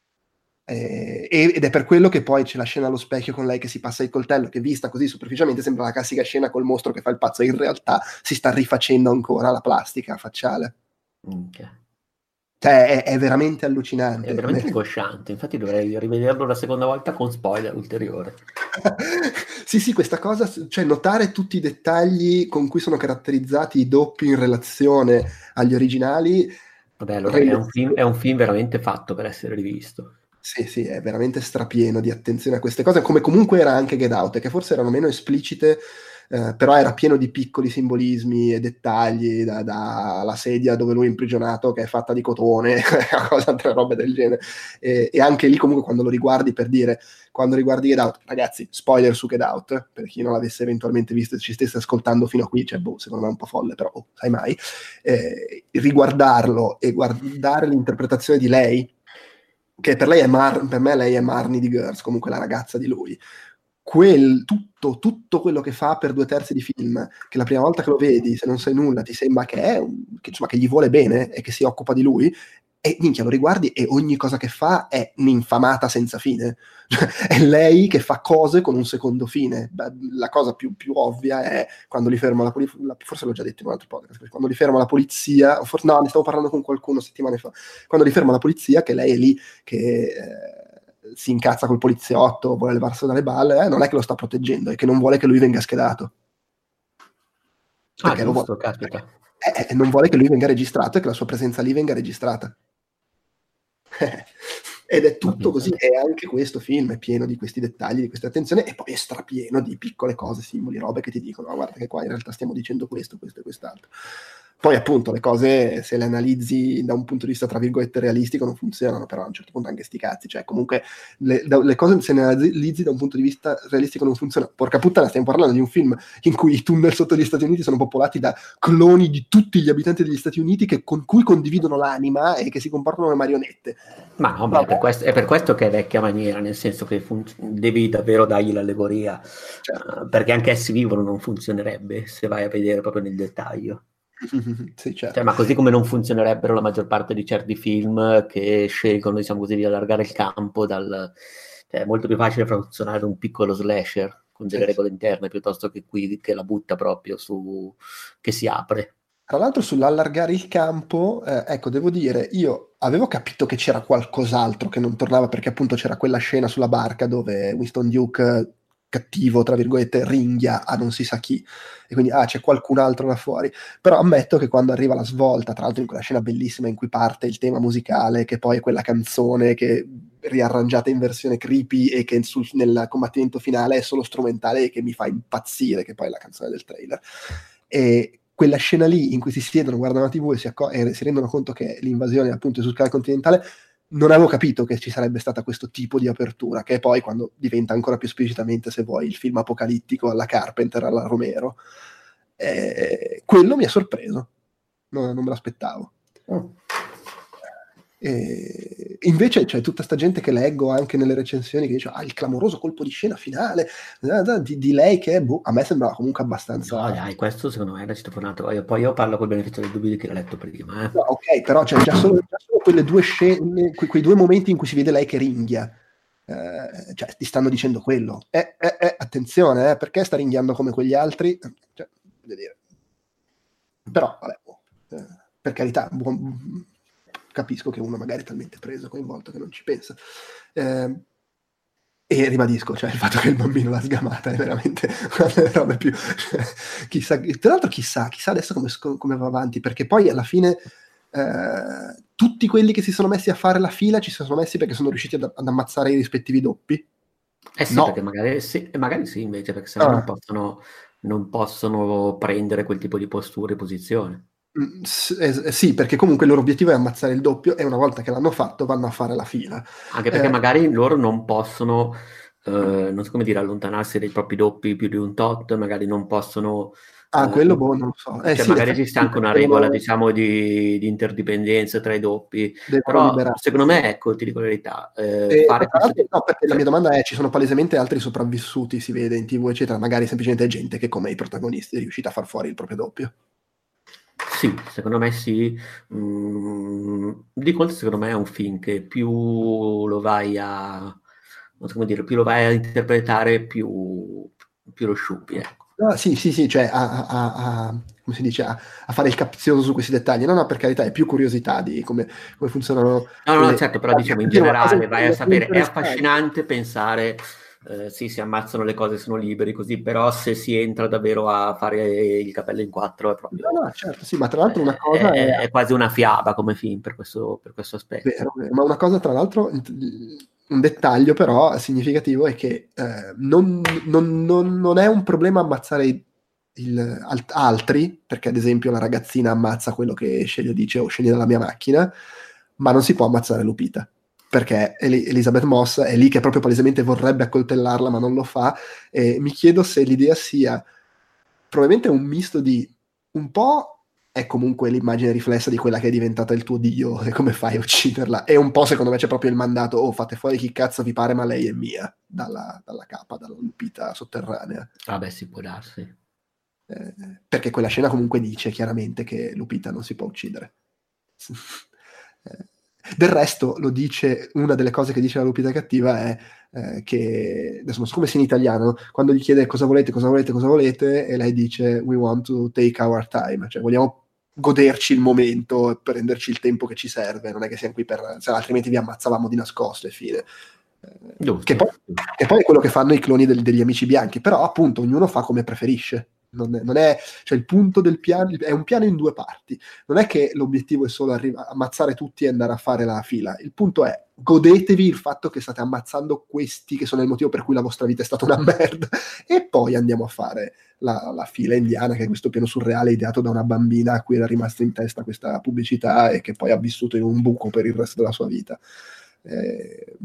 Eh, ed è per quello che poi c'è la scena allo specchio con lei che si passa il coltello, che vista così superficialmente sembra la classica scena col mostro che fa il pazzo, in realtà si sta rifacendo ancora la plastica facciale. Okay. Cioè è, è veramente È allucinante. veramente angosciante, infatti dovrei rivederlo la seconda volta con spoiler ulteriore. Sì, sì, questa cosa, cioè notare tutti i dettagli con cui sono caratterizzati i doppi in relazione agli originali. Vabbè, allora è rende- un film, è un film veramente fatto per essere rivisto. Sì, sì, è veramente strapieno di attenzione a queste cose, come comunque era anche Get Out, che forse erano meno esplicite, eh, però era pieno di piccoli simbolismi e dettagli, da, da la sedia dove lui è imprigionato, che è fatta di cotone, cosa, altre robe del genere. E, e anche lì comunque quando lo riguardi, per dire, quando riguardi Get Out, ragazzi, spoiler su Get Out, per chi non l'avesse eventualmente visto e ci stesse ascoltando fino a qui, cioè, boh, secondo me è un po' folle, però oh, sai mai, eh, riguardarlo e guardare l'interpretazione di lei, che per lei è Mar- per me lei è Marnie di Girls, comunque la ragazza di lui. Quel, tutto, tutto quello che fa per due terzi di film, che la prima volta che lo vedi, se non sai nulla, ti sembra che, è un, che, insomma, che gli vuole bene e che si occupa di lui, e minchia, lo riguardi e ogni cosa che fa è un'infamata senza fine. È lei che fa cose con un secondo fine. La cosa più, più ovvia è quando li ferma la polizia, forse l'ho già detto in un altro podcast, quando li ferma la polizia, o forse, no, ne stavo parlando con qualcuno settimane fa, quando li ferma la polizia, che lei è lì che eh, si incazza col poliziotto, vuole levarselo dalle balle, eh, non è che lo sta proteggendo, è che non vuole che lui venga schedato. Ah, Perché lo vuole, giusto, caspita. eh, eh, non vuole che lui venga registrato e che la sua presenza lì venga registrata. Ed è tutto così, e anche questo film è pieno di questi dettagli, di queste attenzioni, e poi è strapieno di piccole cose, simboli, robe che ti dicono, oh, guarda che qua in realtà stiamo dicendo questo, questo e quest'altro. Poi appunto le cose, se le analizzi da un punto di vista tra virgolette realistico, non funzionano, però a un certo punto anche sti cazzi, cioè comunque le, le cose se le analizzi da un punto di vista realistico non funzionano. Porca puttana, stiamo parlando di un film in cui i tunnel sotto gli Stati Uniti sono popolati da cloni di tutti gli abitanti degli Stati Uniti che, con cui condividono l'anima e che si comportano come marionette. Ma no, ma è per, questo, è per questo che è vecchia maniera, nel senso che fun- devi davvero dargli l'allegoria, Certo. uh, perché anche essi vivono non funzionerebbe se vai a vedere proprio nel dettaglio. Sì, certo. Cioè, ma così come non funzionerebbero la maggior parte di certi film che scelgono, diciamo così, di allargare il campo dal... Cioè, è molto più facile far funzionare un piccolo slasher con delle Sì, regole interne piuttosto che qui che la butta proprio su... che si apre. Tra l'altro sull'allargare il campo, eh, ecco, devo dire, io avevo capito che c'era qualcos'altro che non tornava, perché appunto c'era quella scena sulla barca dove Winston Duke, cattivo, tra virgolette, ringhia a non si sa chi, e quindi, ah, c'è qualcun altro là fuori. Però ammetto che quando arriva la svolta, tra l'altro in quella scena bellissima in cui parte il tema musicale, che poi è quella canzone che riarrangiata in versione creepy e che sul, nel combattimento finale è solo strumentale e che mi fa impazzire, che poi è la canzone del trailer. E quella scena lì in cui si siedono, guardano la tivù e si, acco- e si rendono conto che l'invasione appunto è sul canale continentale, non avevo capito che ci sarebbe stata questo tipo di apertura, che è poi quando diventa ancora più esplicitamente, se vuoi, il film apocalittico alla Carpenter, alla Romero. Eh, quello mi ha sorpreso, no, non me l'aspettavo. Oh. E invece c'è tutta sta gente che leggo anche nelle recensioni che dice ah, il clamoroso colpo di scena finale di, di lei che boh, a me sembrava comunque abbastanza no dai, questo secondo me era citofonato. Io, poi io parlo col beneficio del dubbio di chi l'ha letto prima eh. No, ok, però c'è già solo, già solo quelle due scene, que- quei due momenti in cui si vede lei che ringhia, eh, cioè ti stanno dicendo quello eh, eh, eh, attenzione, eh, perché sta ringhiando come quegli altri, cioè, voglio dire. Però vabbè, eh, per carità, buon, capisco che uno magari è talmente preso, coinvolto che non ci pensa, eh, e ribadisco, cioè il fatto che il bambino l'ha sgamata è veramente una delle robe più chissà, tra l'altro chissà chissà adesso come, come va avanti, perché poi alla fine eh, tutti quelli che si sono messi a fare la fila ci sono messi perché sono riusciti ad, ad ammazzare i rispettivi doppi? Eh sì, No. perché magari sì, magari sì invece, perché sennò Ah. non possono, non possono prendere quel tipo di posture e posizione. Mm, s- eh, sì, perché comunque il loro obiettivo è ammazzare il doppio e una volta che l'hanno fatto vanno a fare la fila. Anche perché Eh, magari loro non possono, eh, non so come dire, allontanarsi dai propri doppi più di un tot, magari non possono, ah, eh, quello boh, non lo so. Eh cioè sì, in magari effetti esiste sì, anche perché una regola, devono, diciamo, di, di interdipendenza tra i doppi, devono però secondo liberarsi. me, ecco, ti dico la verità, eh, E, e fare tra questo l'altro, tipo, no, perché la mia cioè, domanda è: ci sono palesemente altri sopravvissuti, si vede in T V, eccetera, magari semplicemente gente che, come i protagonisti, è riuscita a far fuori il proprio doppio. sì, secondo me sì. Mm, di colpo secondo me è un film che più lo vai a, non so come dire, più lo vai a interpretare, più, più lo sciupi, ecco. Ah, sì, sì, sì, cioè a, a- a- come si dice, a, a fare il capzioso su questi dettagli. No, no, per carità, è più curiosità di come, come funzionano No, no, no, le... certo, però diciamo in Dire una cosa generale vai a molto sapere, è interessante. affascinante pensare, eh, sì, si ammazzano le cose, sono liberi così, però se si entra davvero a fare il capello in quattro è No, proprio, no, certo, sì, ma tra l'altro una eh, cosa è... è, è quasi una fiaba come film per questo, per questo aspetto. Vero, vero. Ma una cosa, tra l'altro, un dettaglio però significativo è che eh, non, non- non- non è un problema ammazzare il- il- alt- altri, perché ad esempio la ragazzina ammazza quello che sceglie e dice: oh, scendi dalla mia macchina, ma non si può ammazzare Lupita, perché Eli- Elizabeth Moss è lì che proprio palesemente vorrebbe accoltellarla, ma non lo fa, e mi chiedo se l'idea sia probabilmente un misto di un po' è comunque l'immagine riflessa di quella che è diventata il tuo dio e come fai a ucciderla, e un po' secondo me c'è proprio il mandato: oh, fate fuori chi cazzo vi pare, ma lei è mia, dalla, dalla capa, dalla lupita sotterranea. Vabbè, si può darsi. Eh, perché quella scena comunque dice chiaramente che Lupita non si può uccidere. Eh, del resto lo dice, una delle cose che dice la Lupita cattiva è eh, che, adesso non so come sia in italiano, quando gli chiede cosa volete, cosa volete, cosa volete, e lei dice: we want to take our time, cioè vogliamo goderci il momento e prenderci il tempo che ci serve, non è che siamo qui per, se altrimenti vi ammazzavamo di nascosto e fine. Eh, che, poi, Giusto. che poi è quello che fanno i cloni del- degli amici bianchi, però appunto ognuno fa come preferisce. Non è, non è- cioè il punto del piano è un piano in due parti. Non è che l'obiettivo è solo arriva- ammazzare tutti e andare a fare la fila. Il punto è: godetevi il fatto che state ammazzando questi che sono il motivo per cui la vostra vita è stata una merda, e poi andiamo a fare la, la fila indiana, che è questo piano surreale ideato da una bambina a cui era rimasta in testa questa pubblicità e che poi ha vissuto in un buco per il resto della sua vita. Eh,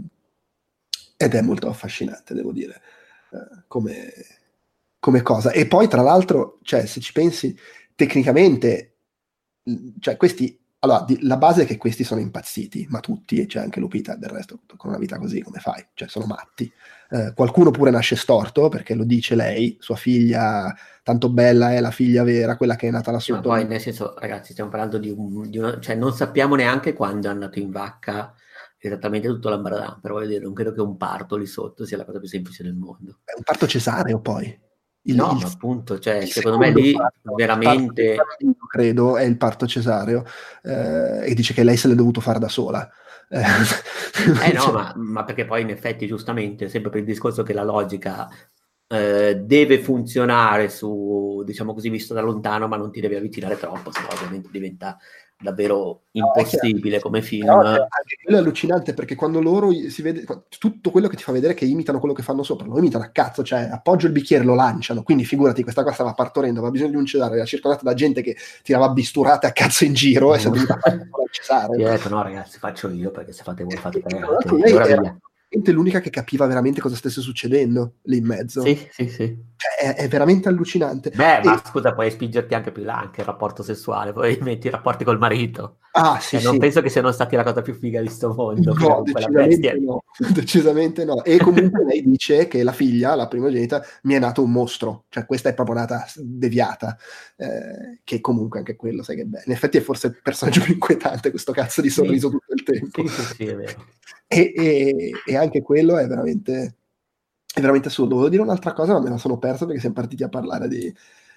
ed è molto affascinante, devo dire, eh, come, come cosa. E poi, tra l'altro, cioè, se ci pensi, tecnicamente, mh, cioè, questi, allora, di- la base è che questi sono impazziti, ma tutti, e c'è anche Lupita, del resto, con una vita così, come fai? Cioè, sono matti. Eh, qualcuno pure nasce storto, perché lo dice lei, sua figlia, tanto bella è la figlia vera, quella che è nata là Sì, ma sotto. poi nel senso, ragazzi, stiamo parlando di, un, di una, cioè non sappiamo neanche quando è andato in vacca esattamente tutto l'ambaradan, però voglio dire, non credo che un parto lì sotto sia la cosa più semplice del mondo. È un parto cesareo, poi. Il, No, il- ma appunto, cioè, il secondo me secondo lì parto, il parto del veramente... bambino, credo, è il parto cesareo, eh, e dice che lei se l'è dovuto fare da sola. Eh, Eh no, cioè, ma, ma perché poi in effetti, giustamente, sempre per il discorso che la logica eh, deve funzionare su, diciamo così, visto da lontano, ma non ti devi avvicinare troppo, sennò ovviamente diventa davvero no, è chiaro. impossibile come Però, cioè, film. anche quello è allucinante, perché quando loro si vede tutto quello che ti fa vedere che imitano quello che fanno sopra, lo imitano a cazzo, cioè appoggio il bicchiere, lo lanciano, quindi figurati, questa qua stava partorendo, aveva bisogno di un cesareo, era circondata da gente che tirava bisturate a cazzo in giro e si è dovuta fare il cesareo. Ti ho detto, no ragazzi, faccio io, perché se fate voi E, fate e tra l'altro cagate, e lei ora era via. veramente l'unica che capiva veramente cosa stesse succedendo lì in mezzo. Sì, sì, sì. Cioè, è, è veramente allucinante. Beh, ma E, scusa, puoi spingerti anche più là, anche il rapporto sessuale, poi metti i rapporti col marito. ah, sì, Cioè, non sì. penso che siano stati la cosa più figa di sto mondo, quella No, con quella bestia decisamente lì. no, decisamente no. E comunque lei dice che la figlia, la primogenita, mi è nato un mostro, cioè questa è proprio nata deviata, eh, che comunque anche quello, sai che beh, in effetti è forse il personaggio più inquietante, questo cazzo di Sì, sorriso tutto il tempo. sì, sì, sì, è vero. E, e- e anche quello è veramente, è veramente assurdo. Volevo dire un'altra cosa, ma me la sono persa perché siamo partiti a parlare di,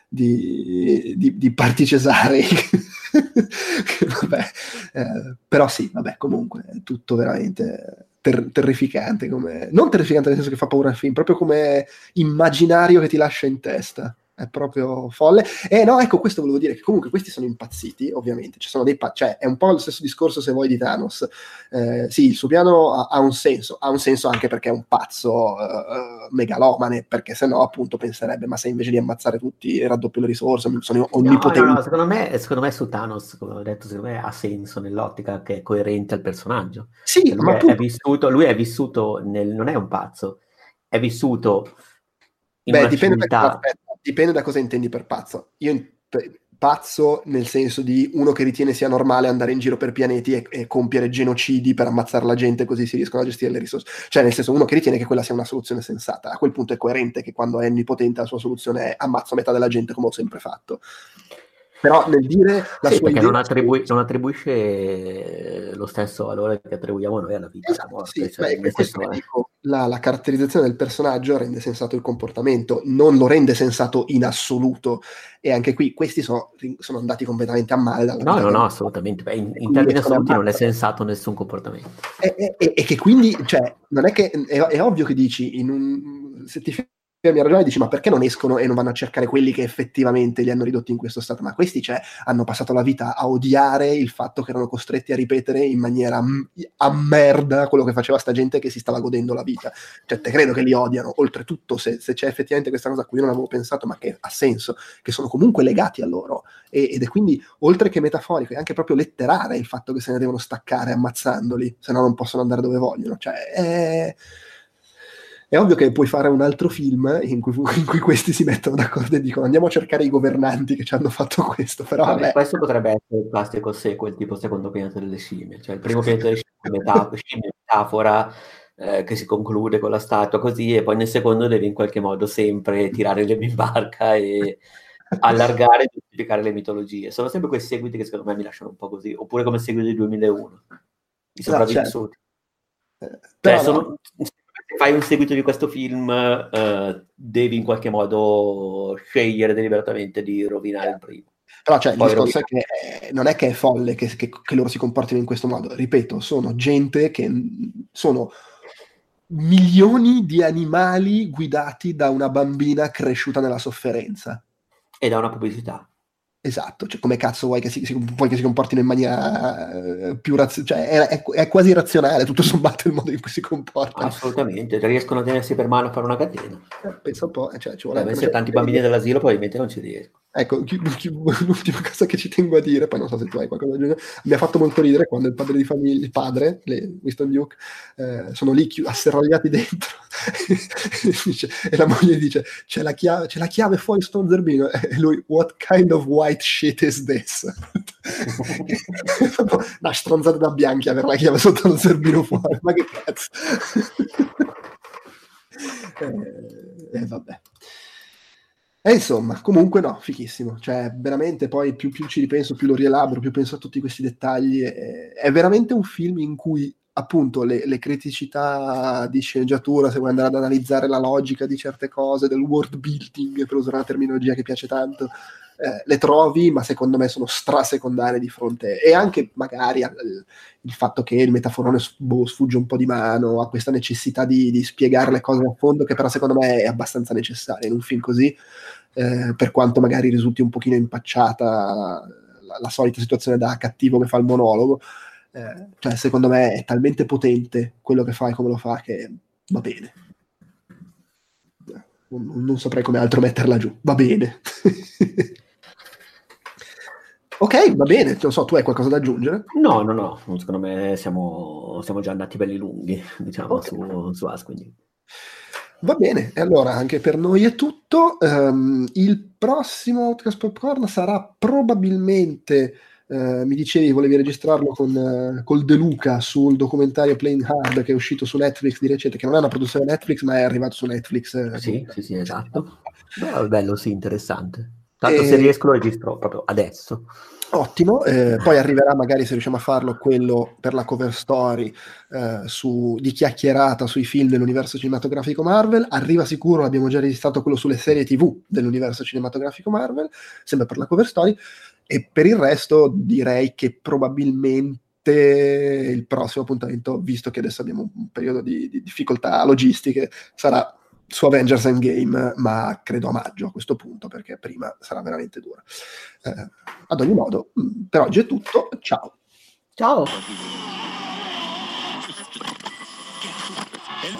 di, di, di parti cesarei. Vabbè, eh, però sì, vabbè, comunque è tutto veramente ter- terrificante, come... non terrificante nel senso che fa paura al film, proprio come immaginario che ti lascia in testa. è proprio folle. E no, ecco, questo volevo dire, che comunque questi sono impazziti, ovviamente, ci sono dei pa- cioè è un po' lo stesso discorso, se vuoi, di Thanos. Eh, sì, il suo piano ha, ha un senso, ha un senso anche perché è un pazzo uh, megalomane, perché sennò appunto penserebbe, ma se invece di ammazzare tutti raddoppio le risorse, sono onnipotenti. No, no, no, secondo me, secondo me su Thanos, come ho detto, secondo me ha senso nell'ottica che è coerente al personaggio. Sì, Cioè, lui ma è, è appunto... vissuto, lui è vissuto nel, non è un pazzo, è vissuto in Beh, una dipende da, civiltà. aspetta, dipende da cosa intendi per pazzo. Io in- per- pazzo nel senso di uno che ritiene sia normale andare in giro per pianeti e, e compiere genocidi per ammazzare la gente così si riescono a gestire le risorse. Cioè, nel senso, uno che ritiene che quella sia una soluzione sensata. A quel punto è coerente che quando è onnipotente la sua soluzione è ammazzo metà della gente come ho sempre fatto. Però nel dire la Sì, sua perché idea... non, attribui- non attribuisce lo stesso valore che attribuiamo noi alla vita e alla Esatto, morte. sì, Cioè, beh, per nel questo senso, che eh, dico, la, la caratterizzazione del personaggio rende sensato il comportamento, non lo rende sensato in assoluto. E anche qui questi sono, sono andati completamente a male dalla no, vita no, che no, hanno assolutamente. Beh, in, e in quindi termini escono e assoluti non è ammazzano. sensato nessun comportamento. E, e- e- e che quindi, cioè, non è che è, è ovvio che dici, in un, se ti fermi a ragionare, dici, ma perché non escono e non vanno a cercare quelli che effettivamente li hanno ridotti in questo stato? Ma questi, cioè, hanno passato la vita a odiare il fatto che erano costretti a ripetere in maniera m- a merda quello che faceva sta gente che si stava godendo la vita. Cioè, te credo che li odiano. Oltretutto, se, se c'è effettivamente questa cosa a cui io non avevo pensato, ma che ha senso, che sono comunque legati a loro. E, ed è quindi, oltre che metaforico, è anche proprio letterale il fatto che se ne devono staccare ammazzandoli, se no non possono andare dove vogliono. Cioè, è... È ovvio che puoi fare un altro film in cui, in cui questi si mettono d'accordo e dicono andiamo a cercare i governanti che ci hanno fatto questo, però Vabbè, vabbè. questo potrebbe essere il classico sequel, tipo secondo pianeta delle scimmie. Cioè, il primo pianeta delle scimmie, metà, scimmie, metafora, eh, che si conclude con la statua così, e poi nel secondo devi in qualche modo sempre tirare le in barca e allargare e giustificare le mitologie. Sono sempre quei seguiti che secondo me mi lasciano un po' così, oppure come il seguito di duemilauno, i No, certo. sopravvissuti. Eh, Cioè, però no, sono, se fai un seguito di questo film, eh, devi in qualche modo scegliere deliberatamente di rovinare il primo. però cioè, il Poi discorso è rovinare. che eh, non è che è folle che, che- che loro si comportino in questo modo. Ripeto, sono gente che mh, sono milioni di animali guidati da una bambina cresciuta nella sofferenza. E da una pubblicità. Esatto, cioè come cazzo vuoi che si, si- vuoi che si comportino in maniera eh, più razionale? Cioè, è, è- è quasi irrazionale tutto sommato il modo in cui si comportano. Assolutamente, riescono a tenersi per mano a fare una catena. Eh, pensa un po', eh, cioè, ci vuole Beh, anche una avesse certa tanti bambini intelligenza. dell'asilo, probabilmente non ci riesco. Ecco, chi- chi- l'ultima cosa che ci tengo a dire, poi non so se tu hai qualcosa da aggiungere, mi ha fatto molto ridere quando il padre di famiglia, il padre, le, Winston Duke, eh, sono lì chi- asserragliati dentro e, dice- e la moglie dice c'è la chiave, c'è la chiave fuori sto zerbino e lui, what kind of white shit is this? Una stronzata da bianchi avere la chiave sotto lo zerbino fuori, ma che cazzo? eh, eh, vabbè. E insomma, comunque no, fichissimo, cioè veramente poi più, più ci ripenso, più lo rielaboro, più penso a tutti questi dettagli, è, è veramente un film in cui appunto le, le criticità di sceneggiatura, se vuoi andare ad analizzare la logica di certe cose, del world building, per usare una terminologia che piace tanto, eh, le trovi, ma secondo me sono strasecondarie di fronte, e anche magari al, il fatto che il metaforone boh, sfugge un po' di mano, a questa necessità di, di spiegare le cose a fondo, che però secondo me è abbastanza necessaria in un film così, eh, per quanto magari risulti un pochino impacciata la, la solita situazione da cattivo che fa il monologo, eh, cioè secondo me è talmente potente quello che fa e come lo fa che va bene. Non, non saprei come altro metterla giù, va bene. Ok, va bene, non so, tu hai qualcosa da aggiungere? No, no, no, secondo me siamo, siamo già andati belli lunghi, diciamo, Ok. su, su As, quindi. Va bene, e allora anche per noi è tutto. Um, il prossimo Outcast Popcorn sarà probabilmente, uh, mi dicevi, volevi registrarlo con, uh, col De Luca sul documentario Playing Hard che è uscito su Netflix di recente, che non è una produzione Netflix, ma è arrivato su Netflix. Uh, Sì, sì, sì, esatto. Beh, bello, sì, interessante. Tanto se e... riesco lo registro proprio adesso. Ottimo, eh, poi arriverà magari se riusciamo a farlo quello per la cover story eh, su, di chiacchierata sui film dell'universo cinematografico Marvel, arriva sicuro, abbiamo già registrato quello sulle serie tivù dell'universo cinematografico Marvel, sempre per la cover story, e per il resto direi che probabilmente il prossimo appuntamento, visto che adesso abbiamo un periodo di, di difficoltà logistiche, sarà su Avengers Endgame, ma credo a maggio a questo punto, perché prima sarà veramente dura. Eh, ad ogni modo, per oggi è tutto, ciao. Ciao.